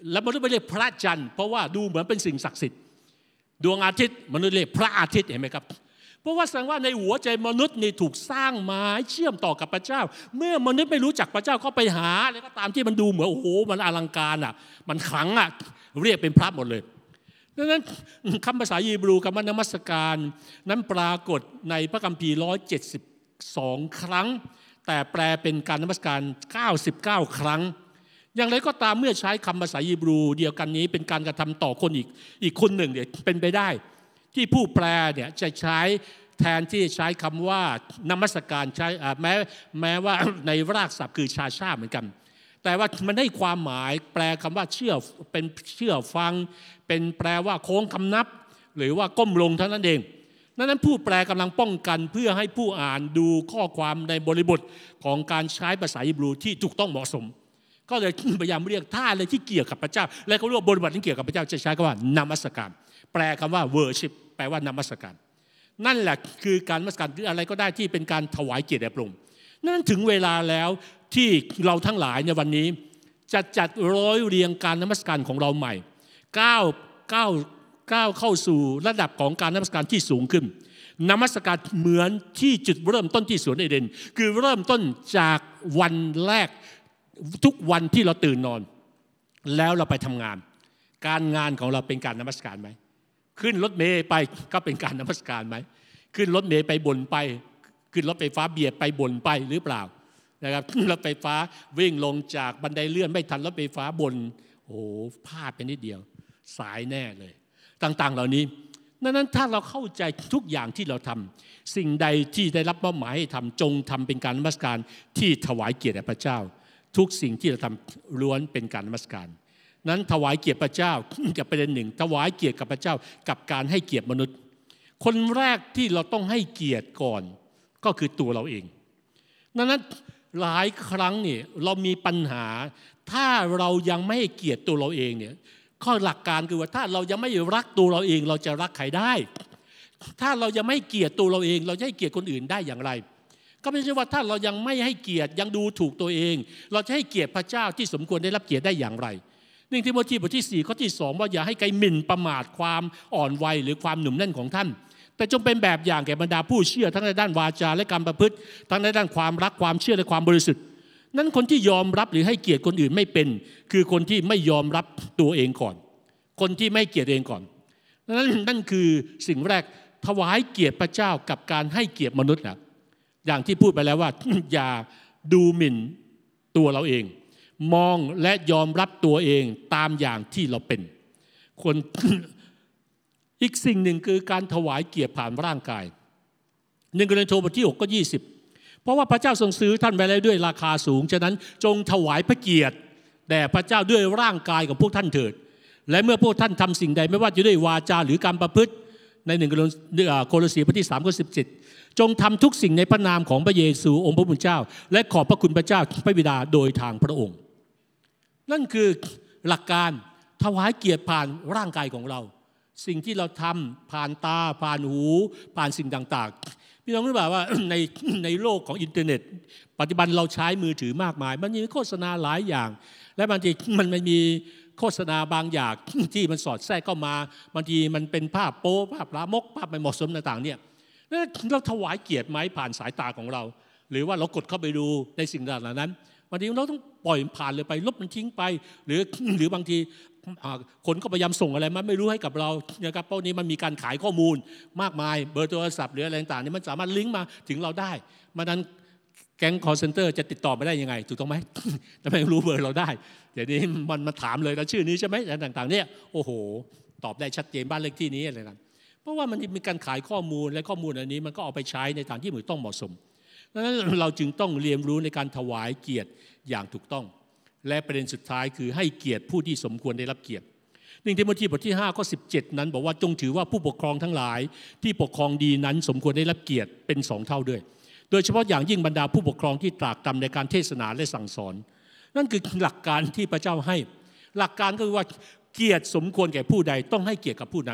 และมนุษย์ไม่เรียกพระจันทร์เพราะว่าดูเหมือนเป็นสิ่งศักดิ์สิทธิ์ดวงอาทิตย์มนุษย์เรียกพระอาทิตย์เห็นไหมครับเพราะว่าแสดงว่าในหัวใจมนุษย์นี่ถูกสร้างมาเชื่อมต่อกับพระเจ้าเมื่อมนุษย์ไม่รู้จักพระเจ้าก็ไปหาอะไรก็ตามที่มันดูเหมือนโอ้โหมันอลังการอ่ะมันขลังอ่ะเรียกเป็นพระหมดเลยดังนั้นคำภาษาฮีบรูคำว่านมัสการนั้นปรากฏในพระคัมภีร์หนึ่งร้อยเจ็ดสิบสองครั้งแต่แปลเป็นการนมัสการเก้าสิบเก้าครั้งอย่างไรก็ตามเมื่อใช้คำภาษาฮีบรูเดียวกันนี้เป็นการกระทำต่อคนอีกอีกคนหนึ่งเนี่ยเป็นไปได้ที่ผู้แปลเนี่ยจะใช้แทนที่ใช้คำว่านมัสการใช้แม้แม้ว่าในรากศัพท์คือชาชาเหมือนกันแต่ว่ามันได้ความหมายแปลคำว่าเชื่อเป็นเชื่อฟังเป็นแปลว่าโค้งคำนับหรือว่าก้มลงเท่านั้นเองนั้นผู้แปลกำลังป้องกันเพื่อให้ผู้อ่านดูข้อความในบริบทของการใช้ภาษาฮีบรูที่ถูกต้องเหมาะสมก็เลยพยายามเรียกท่าอะไรที่เกี่ยวกับพระเจ้าและเขาเรียกว่าบริบทที่เกี่ยวกับพระเจ้าจะใช้คำว่านมัสการแปลคำว่า worship แปลว่านมัสการนั่นแหละคือการนมัสการหรืออะไรก็ได้ที่เป็นการถวายเกียรติแด่พระองค์นั่นถึงเวลาแล้วที่เราทั้งหลายในวันนี้จะจัดร้อยเรียงการนมัสการของเราใหม่ก้าวก้าวก้าวเข้าสู่ระดับของการนมัสการที่สูงขึ้นนมัสการเหมือนที่จุดเริ่มต้นที่สวนเอเดนคือเริ่มต้นจากวันแรกทุกวันที่เราตื่นนอนแล้วเราไปทำงานการงานของเราเป็นการนมัสการไหมขึ้นรถเมล์ไปก็เป็นการนมัสการไหมขึ้นรถเมล์ไปบ่นไปขึ้นรถไฟฟ้าเบียดไปบ่นไปหรือเปล่านะครับขึ้นรถไฟฟ้าวิ่งลงจากบันไดเลื่อนไม่ทันรถไฟฟ้าบ่นโอ้พลาดไปนิดเดียวสายแน่เลยต่างๆเหล่านี้ดังนั้นถ้าเราเข้าใจทุกอย่างที่เราทำสิ่งใดที่ได้รับมอบหมายให้ทำจงทำเป็นการนมัสการที่ถวายเกียรติแด่พระเจ้าทุกสิ่งที่เราทำล้วนเป็นการนมัสการนั้นถวายเกียรติพระเจ้ากับประเด็นหนึ่งถวายเกียรติกับพระเจ้ากับการให้เกียรติมนุษย์คนแรกที่เราต้องให้เกียรติก่อนก็คือตัวเราเองดังนั้นหลายครั้งเนี่ยเรามีปัญหาถ้าเรายังไม่ให้เกียรติตัวเราเองเนี่ยข้อหลักการคือว่าถ้าเรายังไม่รักตัวเราเองเราจะรักใครได้ถ้าเรายังไม่เกียรติตัวเราเองเราจะให้เกียรติคนอื่นได้อย่างไรก็ไม่ใช่ว่าถ้าเรายังไม่ให้เกียรติยังดูถูกตัวเองเราจะให้เกียรติพระเจ้าที่สมควรได้รับเกียรติได้อย่างไรหนึ่งทิโมธีบทที่สี่ข้อที่สองว่าอย่าให้ใครหมิ่นประมาทความอ่อนวัยหรือความหนุ่มแน่นของท่านแต่จงเป็นแบบอย่างแก่บรรดาผู้เชื่อทั้งในด้านวาจาและการประพฤติทั้งในด้านความรักความเชื่อและความบริสุทธิ์นั้นคนที่ยอมรับหรือให้เกียรติคนอื่นไม่เป็นคือคนที่ไม่ยอมรับตัวเองก่อนคนที่ไม่เกียรติเองก่อนนั้นนั่นคือสิ่งแรกถวายเกียรติพระเจ้ากับการให้เกียรติมนุษย์นะอย่างที่พูดไปแล้วว่า อย่าดูหมิ่นตัวเราเองมองและยอมรับตัวเองตามอย่างที่เราเป็นคน อีกสิ่งหนึ่งคือการถวายเกียรติผ่านร่างกายหนึ่งโครินธ์บทที่หกก็ยี่สิบเพราะว่าพระเจ้าทรงซื้อท่านไว้แล้วด้วยราคาสูงฉะนั้นจงถวายพระเกียรติแด่พระเจ้าด้วยร่างกายของพวกท่านเถิดและเมื่อพวกท่านทำสิ่งใดไม่ว่าจะด้วยวาจาหรือการประพฤติในหนึ่งโครินธ์บทที่สามข้อสิบเจ็ดจงทำทุกสิ่งในพระนามของพระเยซูองค์พระผู้เป็นเจ้าและขอบพระคุณพระเจ้าพระบิดาโดยทางพระองค์นั่นคือหลักการถวายเกียรติผ่านร่างกายของเราสิ่งที่เราทำผ่านตาผ่านหูผ่านสิ่งต่างๆพี่น้องรู้เปล่าว่า ในในโลกของอินเทอร์เน็ตปัจจุบันเราใช้มือถือมากมายมันมีโฆษณาหลายอย่างและบางทีมันไม่มีโฆษณาบางอย่างที่มันสอดแทรกเข้ามาบางทีมันเป็นภาพโป๊ภาพลามกภาพไม่เหมาะสมต่างๆเนี่ยเราถวายเกียรติไหมผ่านสายตาของเราหรือว่าเรากดเข้าไปดูในสิ่งต่างๆนั้นบางทีเราต้องปล่อยผ่านเลยไปลบมันทิ้งไปหรือหรือบางทีคนก็พยายามส่งอะไรมาไม่รู้ให้กับเรานะครับเพราะนี้มันมีการขายข้อมูลมากมายเบอร์โทรศัพท์หรืออะไรต่างๆนี่มันสามารถลิงก์มาถึงเราได้มานั้นแก๊งคอลเซ็นเตอร์จะติดต่อมาได้ยังไงถูกต้องไหมทำไมรู้เบอร์เราได้เดี๋ยวนี้มันมาถามเลยนะชื่อนี้ใช่ไหมอะไรต่างๆเนี่ยโอ้โหตอบได้ชัดเจนบ้านเลขที่นี้อะไรต่างเพราะว่ามันมีการขายข้อมูลและข้อมูลอันนี้มันก็เอาไปใช้ในทางที่มันต้องเหมาะสมดังนั้นเราจึงต้องเรียนรู้ในการถวายเกียรติอย่างถูกต้องและประเด็นสุดท้ายคือให้เกียรติผู้ที่สมควรได้รับเกียรติหนึ่งทิโมธีบทที่ห้าข้อสิบเจ็ดนั้นบอกว่าจงถือว่าผู้ปกครองทั้งหลายที่ปกครองดีนั้นสมควรได้รับเกียรติเป็นสองเท่าด้วยโดยเฉพาะอย่างยิ่งบรรดาผู้ปกครองที่ตรากตรำในการเทศนาและสั่งสอนนั่นคือหลักการที่พระเจ้าให้หลักการก็คือว่าเกียรติสมควรแก่ผู้ใดต้องให้เกียรติกับผู้นั้น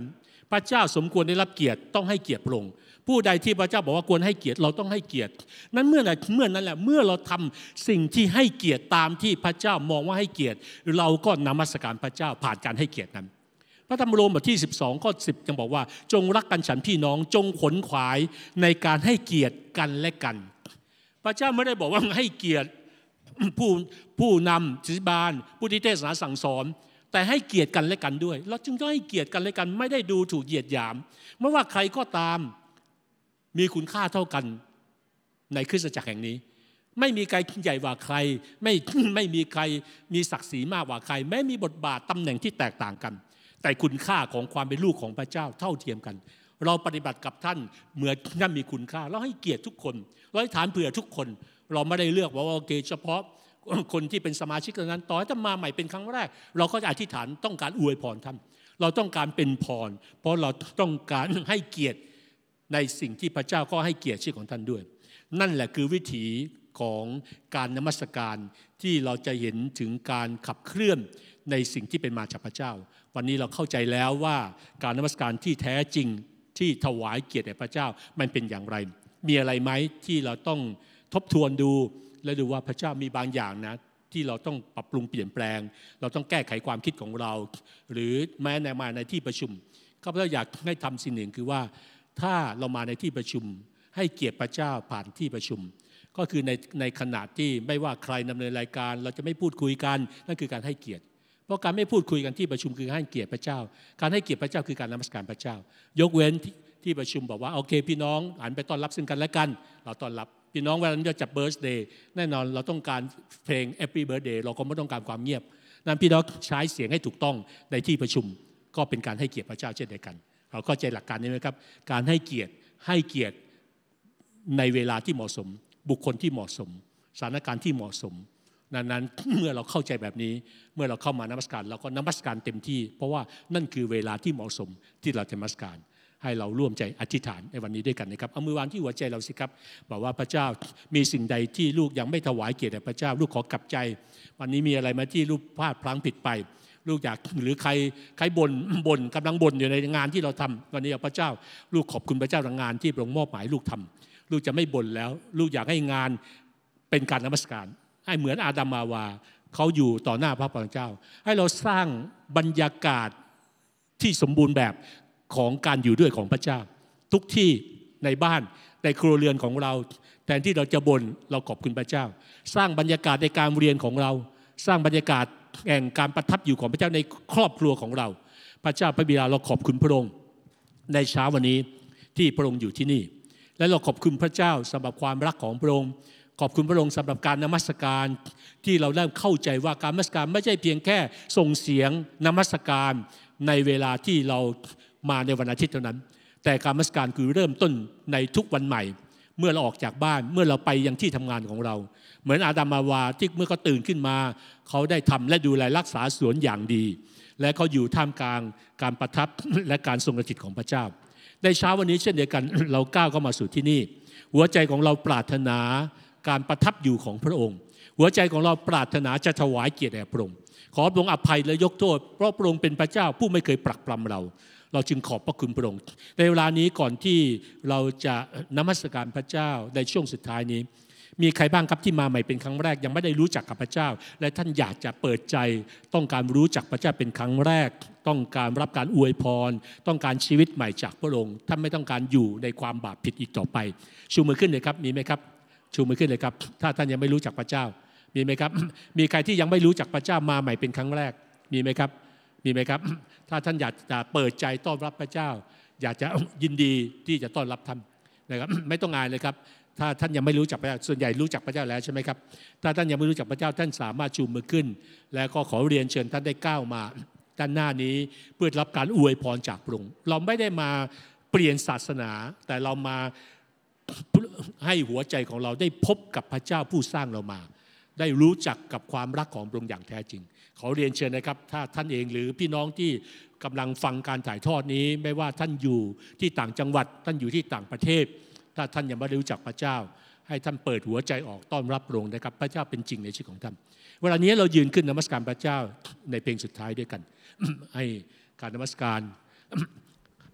พระเจ้าสมควรได้รับเกียรติต้องให้เกียรติพระองค์ผู้ใดที่พระเจ้าบอกว่าควรให้เกียรติเราต้องให้เกียรตินั้นเมื่อไหร่เมื่อนั้นแหละเมื่อเราทำสิ่งที่ให้เกียรติตามที่พระเจ้ามองว่าให้เกียรติเราก็นมัสการพระเจ้าผ่านการให้เกียรตินั้นพระธรรมโรมบทที่สิบสองข้อสิบยังบอกว่าจงรักกันฉันพี่น้องจงขวนขวายในการให้เกียรติกันและกันพระเจ้าไม่ได้บอกว่าให้เกียรติผู้ผู้นำศิษยาบาลผู้ที่เทศนาสั่งสอนแต่ให้เกียรติกันและกันด้วยเราจึงต้องให้เกียรติกันและกันไม่ได้ดูถูกเหยียดหยามไม่ว่าใครก็ตามมีคุณค่าเท่ากันในคริสตจักรแห่งนี้ไม่มีใครใหญ่กว่าใครไม่ไม่มีใครมีศักดิ์ศรีมากกว่าใครแม้มีบทบาทตำแหน่งที่แตกต่างกันแต่คุณค่าของความเป็นลูกของพระเจ้าเท่าเทียมกันเราปฏิบัติกับท่านเหมือนท่านมีคุณค่าเราให้เกียรติทุกคนเราให้ฐานเผื่อทุกคนเราไม่ได้เลือกว่าโอเคเฉพาะคนที่เป็นสมาชิกเท่านั้นต่อให้ท่านมาใหม่เป็นครั้งแรกเราก็จะอธิษฐานต้องการอวยพรท่านเราต้องการเป็นพรเพราะเราต้องการให้เกียรติในสิ่งที่พระเจ้าก็ให้เกียรติชื่อของท่านด้วยนั่นแหละคือวิถีของการนมัสการที่เราจะเห็นถึงการขับเคลื่อนในสิ่งที่เป็นมาจากพระเจ้าวันนี้เราเข้าใจแล้วว่าการนมัสการที่แท้จริงที่ถวายเกียรติแด่พระเจ้ามันเป็นอย่างไรมีอะไรไหมที่เราต้องทบทวนดูและดูว่าพระเจ้ามีบางอย่างนะที่เราต้องปรับปรุงเปลี่ยนแปลงเราต้องแก้ไขความคิดของเราหรือแม้ในมาในที่ประชุมข้าพเจ้าอยากให้ทำสิ่งหนึ่งคือว่าถ้าเรามาในที่ประชุมให้เกียรติพระเจ้าผ่านที่ประชุมก็คือในในขณะที่ไม่ว่าใครดำเนินรายการเราจะไม่พูดคุยกันนั่นคือการให้เกียรติเพราะการไม่พูดคุยกันที่ประชุมคือให้เกียรติพระเจ้าการให้เกียรติพระเจ้าคือการนมัสการพระเจ้ายกเว้นที่ประชุมบอกว่าโอเคพี่น้องหันไปต้อนรับซึ่งกันและกันเราต้อนรับพี่น้องเวลาเราจัดเบิร์ธเดย์แน่นอนเราต้องการเพลง Happy Birthday เราก็ไม่ต้องการความเงียบนั้นพี่น้องใช้เสียงให้ถูกต้องในที่ประชุมก็เป็นการให้เกียรติพระเจ้าเช่นเดียวกันเราเข้าใจหลักการนี้ไหมครับการให้เกียรติให้เกียรติในเวลาที่เหมาะสมบุคคลที่เหมาะสมสถานการณ์ที่เหมาะสมนั้นนั้นเมื่อเราเข้าใจแบบนี้เมื่อเราเข้ามานมัสการเราก็นมัสการเต็มที่เพราะว่านั่นคือเวลาที่เหมาะสมที่เราจะนมัสการให้เราร่วมใจอธิษฐานในวันนี้ด้วยกันนะครับเอามือวางที่หัวใจเราสิครับบอกว่าพระเจ้ามีสิ่งใดที่ลูกยังไม่ถวายเกียรติแด่พระเจ้าลูกขอกลับใจวันนี้มีอะไรมาที่ลูกพลาดพลั้งผิดไปลูกอยากหรือใครใครบ่นบ่นกำลังบ่นอยู่ในงานที่เราทำวันนี้พระเจ้าลูกขอบคุณพระเจ้าในงานที่พระองค์มอบหมายลูกทำลูกจะไม่บ่นแล้วลูกอยากให้งานเป็นการนมัสการให้เหมือนอาดัมมาวาเขาอยู่ต่อหน้าพระผู้เป็นเจ้าให้เราสร้างบรรยากาศที่สมบูรณ์แบบของการอยู่ด้วยของพระเจ้าทุกที่ในบ้านในครัวเรือนของเราแทนที่เราจะบ่นเราขอบคุณพระเจ้าสร้างบรรยากาศในการเรียนของเราสร้างบรรยากาศแห่งการประทับอยู่ของพระเจ้าในครอบครัวของเราพระเจ้าพระบิดาเราขอบคุณพระองค์ในเช้าวันนี้ที่พระองค์อยู่ที่นี่และเราขอบคุณพระเจ้าสำหรับความรักของพระองค์ขอบคุณพระองค์สำหรับการนมัสการที่เราเริ่มเข้าใจว่าการนมัสการไม่ใช่เพียงแค่ส่งเสียงนมัสการในเวลาที่เรามาในวันอาทิตย์เท่านั้นแต่การนมัสการคือเริ่มต้นในทุกวันใหม่เมื่อเราออกจากบ้านเมื่อเราไปยังที่ทำงานของเราเหมือนอาดัมมาวาที่เมื่อเขาตื่นขึ้นมาเขาได้ทำและดูแลรักษาสวนอย่างดีและเขาอยู่ท่ามกลางการประทับและการทรงสถิตของพระเจ้าในเช้าวันนี้เช่นเดียวกันเราก้าวเข้ามาสู่ที่นี่หัวใจของเราปรารถนาการประทับอยู่ของพระองค์หัวใจของเราปรารถนาจะถวายเกียรติแด่พระองค์ขอพระองค์อภัยและยกโทษเพราะพระองค์เป็นพระเจ้าผู้ไม่เคยปรักปรำเราเราจึงขอบพระคุณพระองค์ในเวลานี้ก่อนที่เราจะนมัสการพระเจ้าในช่วงสุดท้ายนี้มีใครบ้างครับที่มาใหม่เป็นครั้งแรกยังไม่ได้รู้จักกับพระเจ้าและท่านอยากจะเปิดใจต้องการรู้จักพระเจ้าเป็นครั้งแรกต้องการรับการอวยพรต้องการชีวิตใหม่จากพระองค์ท่านไม่ต้องการอยู่ในความบาปผิดอีกต่อไปชูมือขึ้นเลยครับมีไหมครับชูมือขึ้นเลยครับถ้าท่านยังไม่รู้จักพระเจ้ามีไหมครับมีใครที่ยังไม่รู้จักพระเจ้ามาใหม่เป็นครั้งแรกมีไหมครับมีไหมครับถ้าท่านอยากจะเปิดใจต้อนรับพระเจ้าอยากจะยินดีที่จะต้อนรับท่านนะครับไม่ต้องอายเลยครับถ้าท่านยังไม่รู้จักพระเจ้าส่วนใหญ่รู้จักพระเจ้าแล้วใช่ไหมครับถ้าท่านยังไม่รู้จักพระเจ้าท่านสามารถชูมือขึ้นแล้วก็ขอเรียนเชิญท่านได้ก้าวมาด้านหน้านี้เพื่อรับการอวยพรจากพระองค์เราไม่ได้มาเปลี่ยนศาสนาแต่เรามาให้หัวใจของเราได้พบกับพระเจ้าผู้สร้างเรามาได้รู้จักกับความรักของพระองค์อย่างแท้จริงขอเรียนเชิญนะครับถ้าท่านเองหรือพี่น้องที่กำลังฟังการถ่ายทอดนี้ไม่ว่าท่านอยู่ที่ต่างจังหวัดท่านอยู่ที่ต่างประเทศถ้าท่านยังไม่รู้จักพระเจ้าให้ท่านเปิดหัวใจออกต้อนรับพระองค์นะครับพระเจ้าเป็นจริงในชีวิตของท่านเวลานี้เรายืนขึ้นนมัสการพระเจ้าในเพลงสุดท้ายด้วยกัน ให้การนมัสการ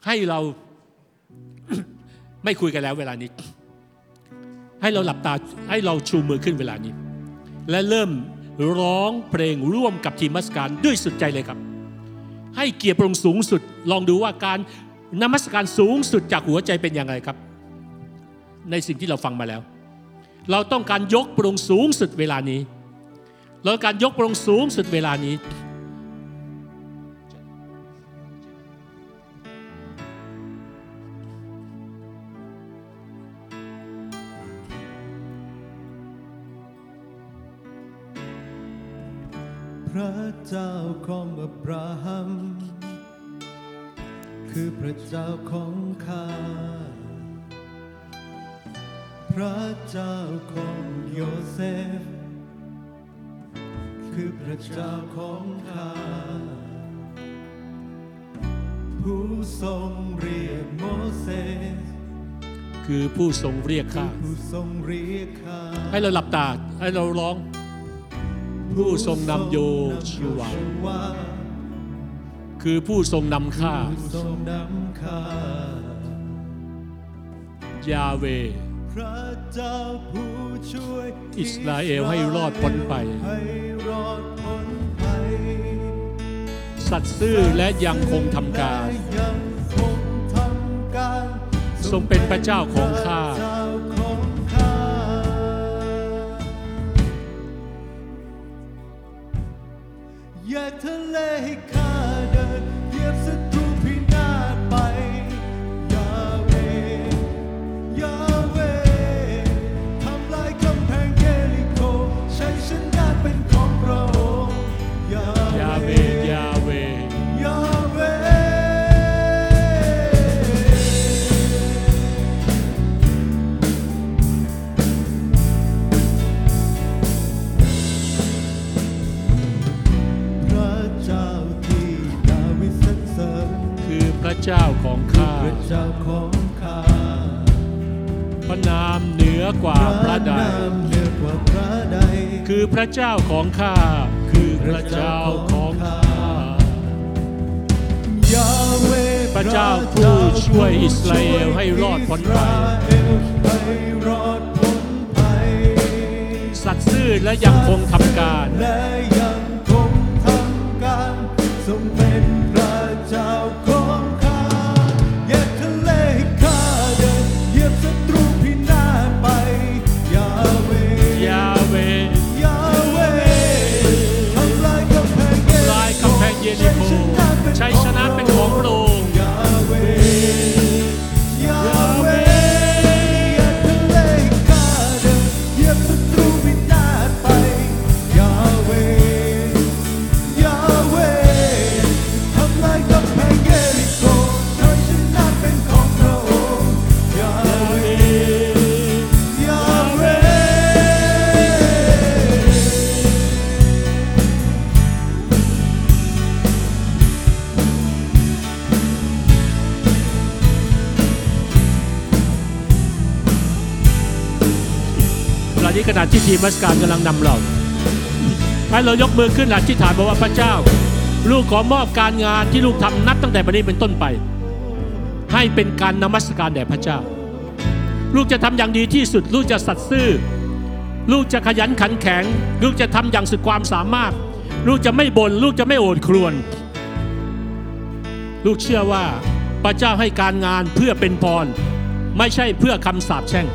ให้เรา ไม่คุยกันแล้วเวลานี้ให้เราหลับตาให้เราชูมือขึ้นเวลานี้และเริ่มร้องเพลงร่วมกับทีมนมัสการด้วยสุดใจเลยครับให้เกียรติพระองค์สูงสุดลองดูว่าการนมัสการสูงสุดจากหัวใจเป็นอย่างไรครับในสิ่งที่เราฟังมาแล้วเราต้องการยกพระองค์สูงสุดเวลานี้เราต้องการยกพระองค์สูงสุดเวลานี้พระเจ้าของอับราฮัมคือพระเจ้าของข้าพระเจ้าของโยเซฟคือพระเจ้าของข้าผู้ทรงเรียกโมเสสคือผู้ทรงเรียกข้าผู้ทรงเรียกข้าให้เราหลับตาให้เราร้องผู้ทรงนำโยชูวาคือผู้ทรงนำข้ายาเวพระเจ้าผู้ช่วยอิสราเอลให้รอดพ้นไปสัตย์ซื่อและยังคงทำการทรงเป็นพระเจ้าของข้าแยกทะเลให้ข้าเดินเหยียบศัตรูพินาศไปยาเวยาเวทำลายกำแพงเยริโคชัยชนะเป็นของเรายาเวยาเวยาเวพระเจ้าของข้าพระเจ้าของข้าพระนามเหนือกว่าพระใดคือพระเจ้าของข้าคือพระเจ้าของข้ายาเวพระเจ้าผู้ช่วยอิสราเอลให้รอดพ้นไปสัตย์ซื่อและยังคงทำการและยังคงทำการทรงเป็นพระเจ้าของข้าแยกทะเลให้ข้าเดินเหยียบศัตรูพินาศไปยาเวยาเวยาเวทำลายกำแพงเยริโคลายกำแพงเยริโคชัยชนะเป็นของพระองค์ยาเวยาเวแยกทะเลให้ข้าเดินเหยียบศัตรูพินาศไปยาเวยาเวทำลายกำแพงเยริโคชัยชนะเป็นของพระองค์ยาเวยาเวเวลานี้ขณะที่ทีมนมัสการกำลังนำเราให้เรายกมือขึ้นอธิษฐานบอกว่าพระเจ้าลูกขอมอบการงานที่ลูกทำนับตั้งแต่บัดนี้เป็นต้นไปให้เป็นการนมัสการแด่พระเจ้าลูกจะทำอย่างดีที่สุดลูกจะสัตย์ซื่อลูกจะขยันขันแข็งลูกจะทำอย่างสุดความสามารถลูกจะไม่บ่นลูกจะไม่โอดครวญลูกเชื่อว่าพระเจ้าให้การงานเพื่อเป็นพรไม่ใช่เพื่อคำสาปแช่ง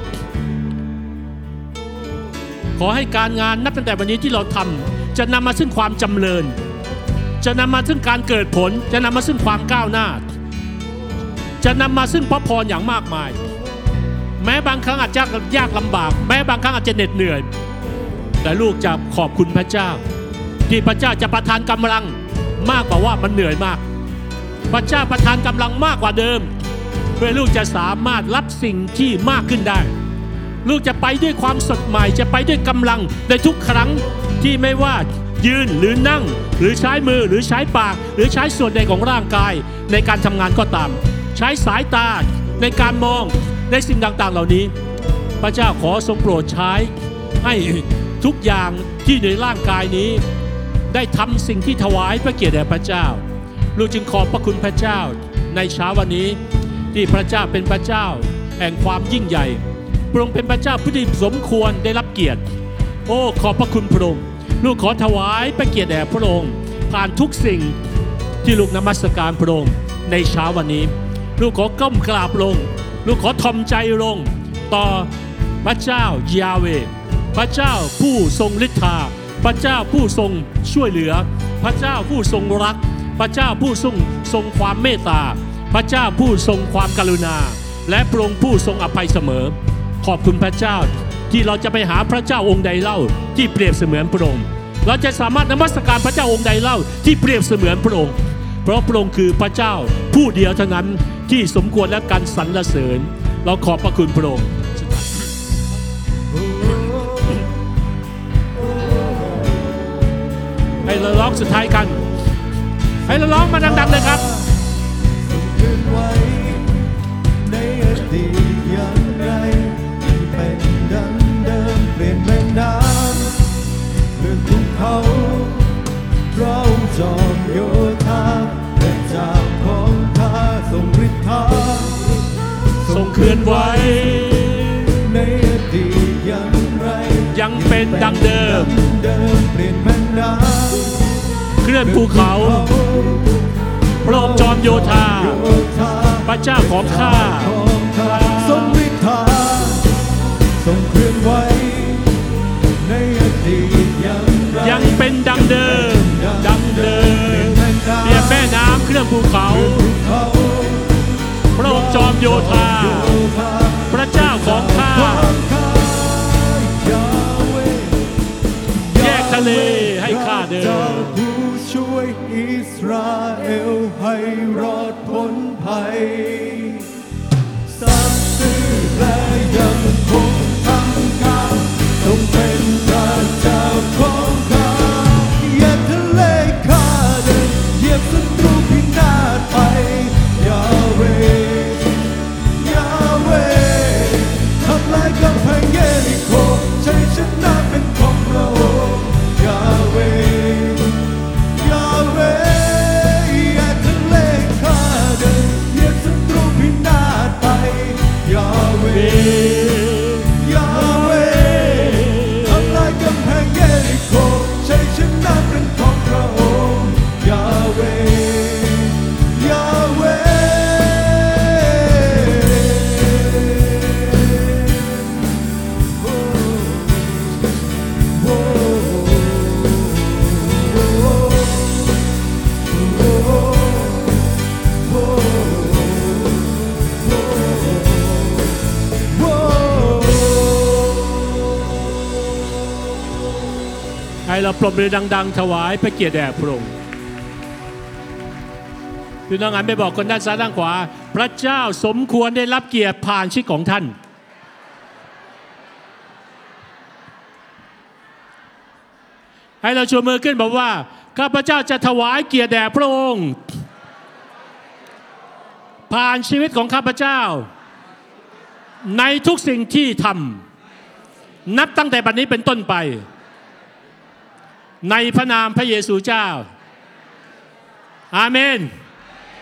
ขอให้การงานนับตั้งแต่วันนี้ที่เราทำจะนำมาซึ่งความจำเริญจะนำมาซึ่งการเกิดผลจะนำมาซึ่งความก้าวหน้าจะนำมาซึ่งพระพรอย่างมากมายแม้บางครั้งอาจจะยากลำบากแม้บางครั้งอาจจะเหน็ดเหนื่อยแต่ลูกจะขอบคุณพระเจ้าที่พระเจ้าจะประทานกำลังมากกว่าว่ามันเหนื่อยมากพระเจ้าประทานกำลังมากกว่าเดิมเพื่อลูกจะสามารถรับสิ่งที่มากขึ้นได้ลูกจะไปด้วยความสดใหม่จะไปด้วยกำลังในทุกครั้งที่ไม่ว่ายืนหรือนั่งหรือใช้มือหรือใช้ปากหรือใช้ส่วนใดของร่างกายในการทำงานก็ตามใช้สายตาในการมองในสิ่งต่างๆเหล่านี้พระเจ้าขอทรงโปรดใช้ให้ทุกอย่างที่ในร่างกายนี้ได้ทำสิ่งที่ถวายพระเกียรติแด่พระเจ้าลูกจึงขอบพระคุณพระเจ้าในเช้าวันนี้ที่พระเจ้าเป็นพระเจ้าแห่งความยิ่งใหญ่พระองค์เป็นพระเจ้าผู้ที่สมควรได้รับเกียรติโอ้ขอบพระคุณพระองค์ลูกขอถวายพระเกียรติแด่พระองค์ผ่านทุกสิ่งที่ลูกนมัสการพระองค์ในเช้าวันนี้ลูกขอก้มกราบลงลูกขอทอมใจลงต่อพระเจ้ายาเวห์พระเจ้าผู้ทรงฤทธาพระเจ้าผู้ทรงช่วยเหลือพระเจ้าผู้ทรงรักพระเจ้าผู้ทรงทรงความเมตตาพระเจ้าผู้ทรงความกรุณาและพระองค์ผู้ทรงอภัยเสมอขอบคุณพระเจ้าที่เราจะไปหาพระเจ้าองค์ใดเล่าที่เปรียบเสมือนพระองค์เราจะสามารถนมัสการพระเจ้าองค์ใดเล่าที่เปรียบเสมือนพระองค์เพราะพระองค์คือพระเจ้าผู้เดียวเท่านั้นที่สมควรและการสรรเสริญเราขอบพระคุณพระองค์ให้เราร้องสุดท้ายกันให้เราร้องมาดังๆเลยครับในอดีตอย่างไรเป็นดังเดิมเปลี่ยนแม่น้ำเลื่อนภูเขาเราจอมโยธาพระเจ้าของข้าทรงฤทธาทรงเคลื่อนไหวในอดีตอย่างไรยังเป็นดังเดิมเปลี่ยนแม่น้ำเคลื่อนภูเขาพระองค์จอมโยธาพระเจ้าของข้าทรงฤทธาทรงเคลื่อนไหวในอดีตอย่างไรยังเป็นดังเดิมดังเดิมเปลี่ยนแม่น้ำเคลื่อนภูเขาพระองค์จอมโยธาพระเจ้าของข้าแยกทะเลให้ข้าเดินผู้ช่วยอิสราเอลให้รอดพ้นภัยสัตย์ซื่อและยังคงทำการทรงเป็นพระเจ้าของข้าเหยียบทะเลข้าเดินเหยียบศัตรูพินาศไปยาเวห์ยาเวห์ทำลายกำแพงเยริโคชัยชนะเป็นของเรายาเวห์ยาเวห์เหยียบทะเลข้าเดินเหยียบศัตรูพินาศไปยาเวห์ยาเวห์ทำลายกำแพงเยริโคชัยชนะเป็นของพระองค์ยาเวห์ยาเวห์ให้เราปรบมือดังๆถวายพระเกียรติแด่พระองค์พี่น้องอ่านไปบอกคนด้านซ้ายด้านขวาพระเจ้าสมควรได้รับเกียรติผ่านชีวิตของท่านให้เราชูมือขึ้นบอกว่าข้าพเจ้าจะถวายเกียรติแด่พระองค์ผ่านชีวิตของข้าพเจ้าในทุกสิ่งที่ทำนับตั้งแต่บัดนี้เป็นต้นไปในพระนามพระเยซูเจ้าอาเมน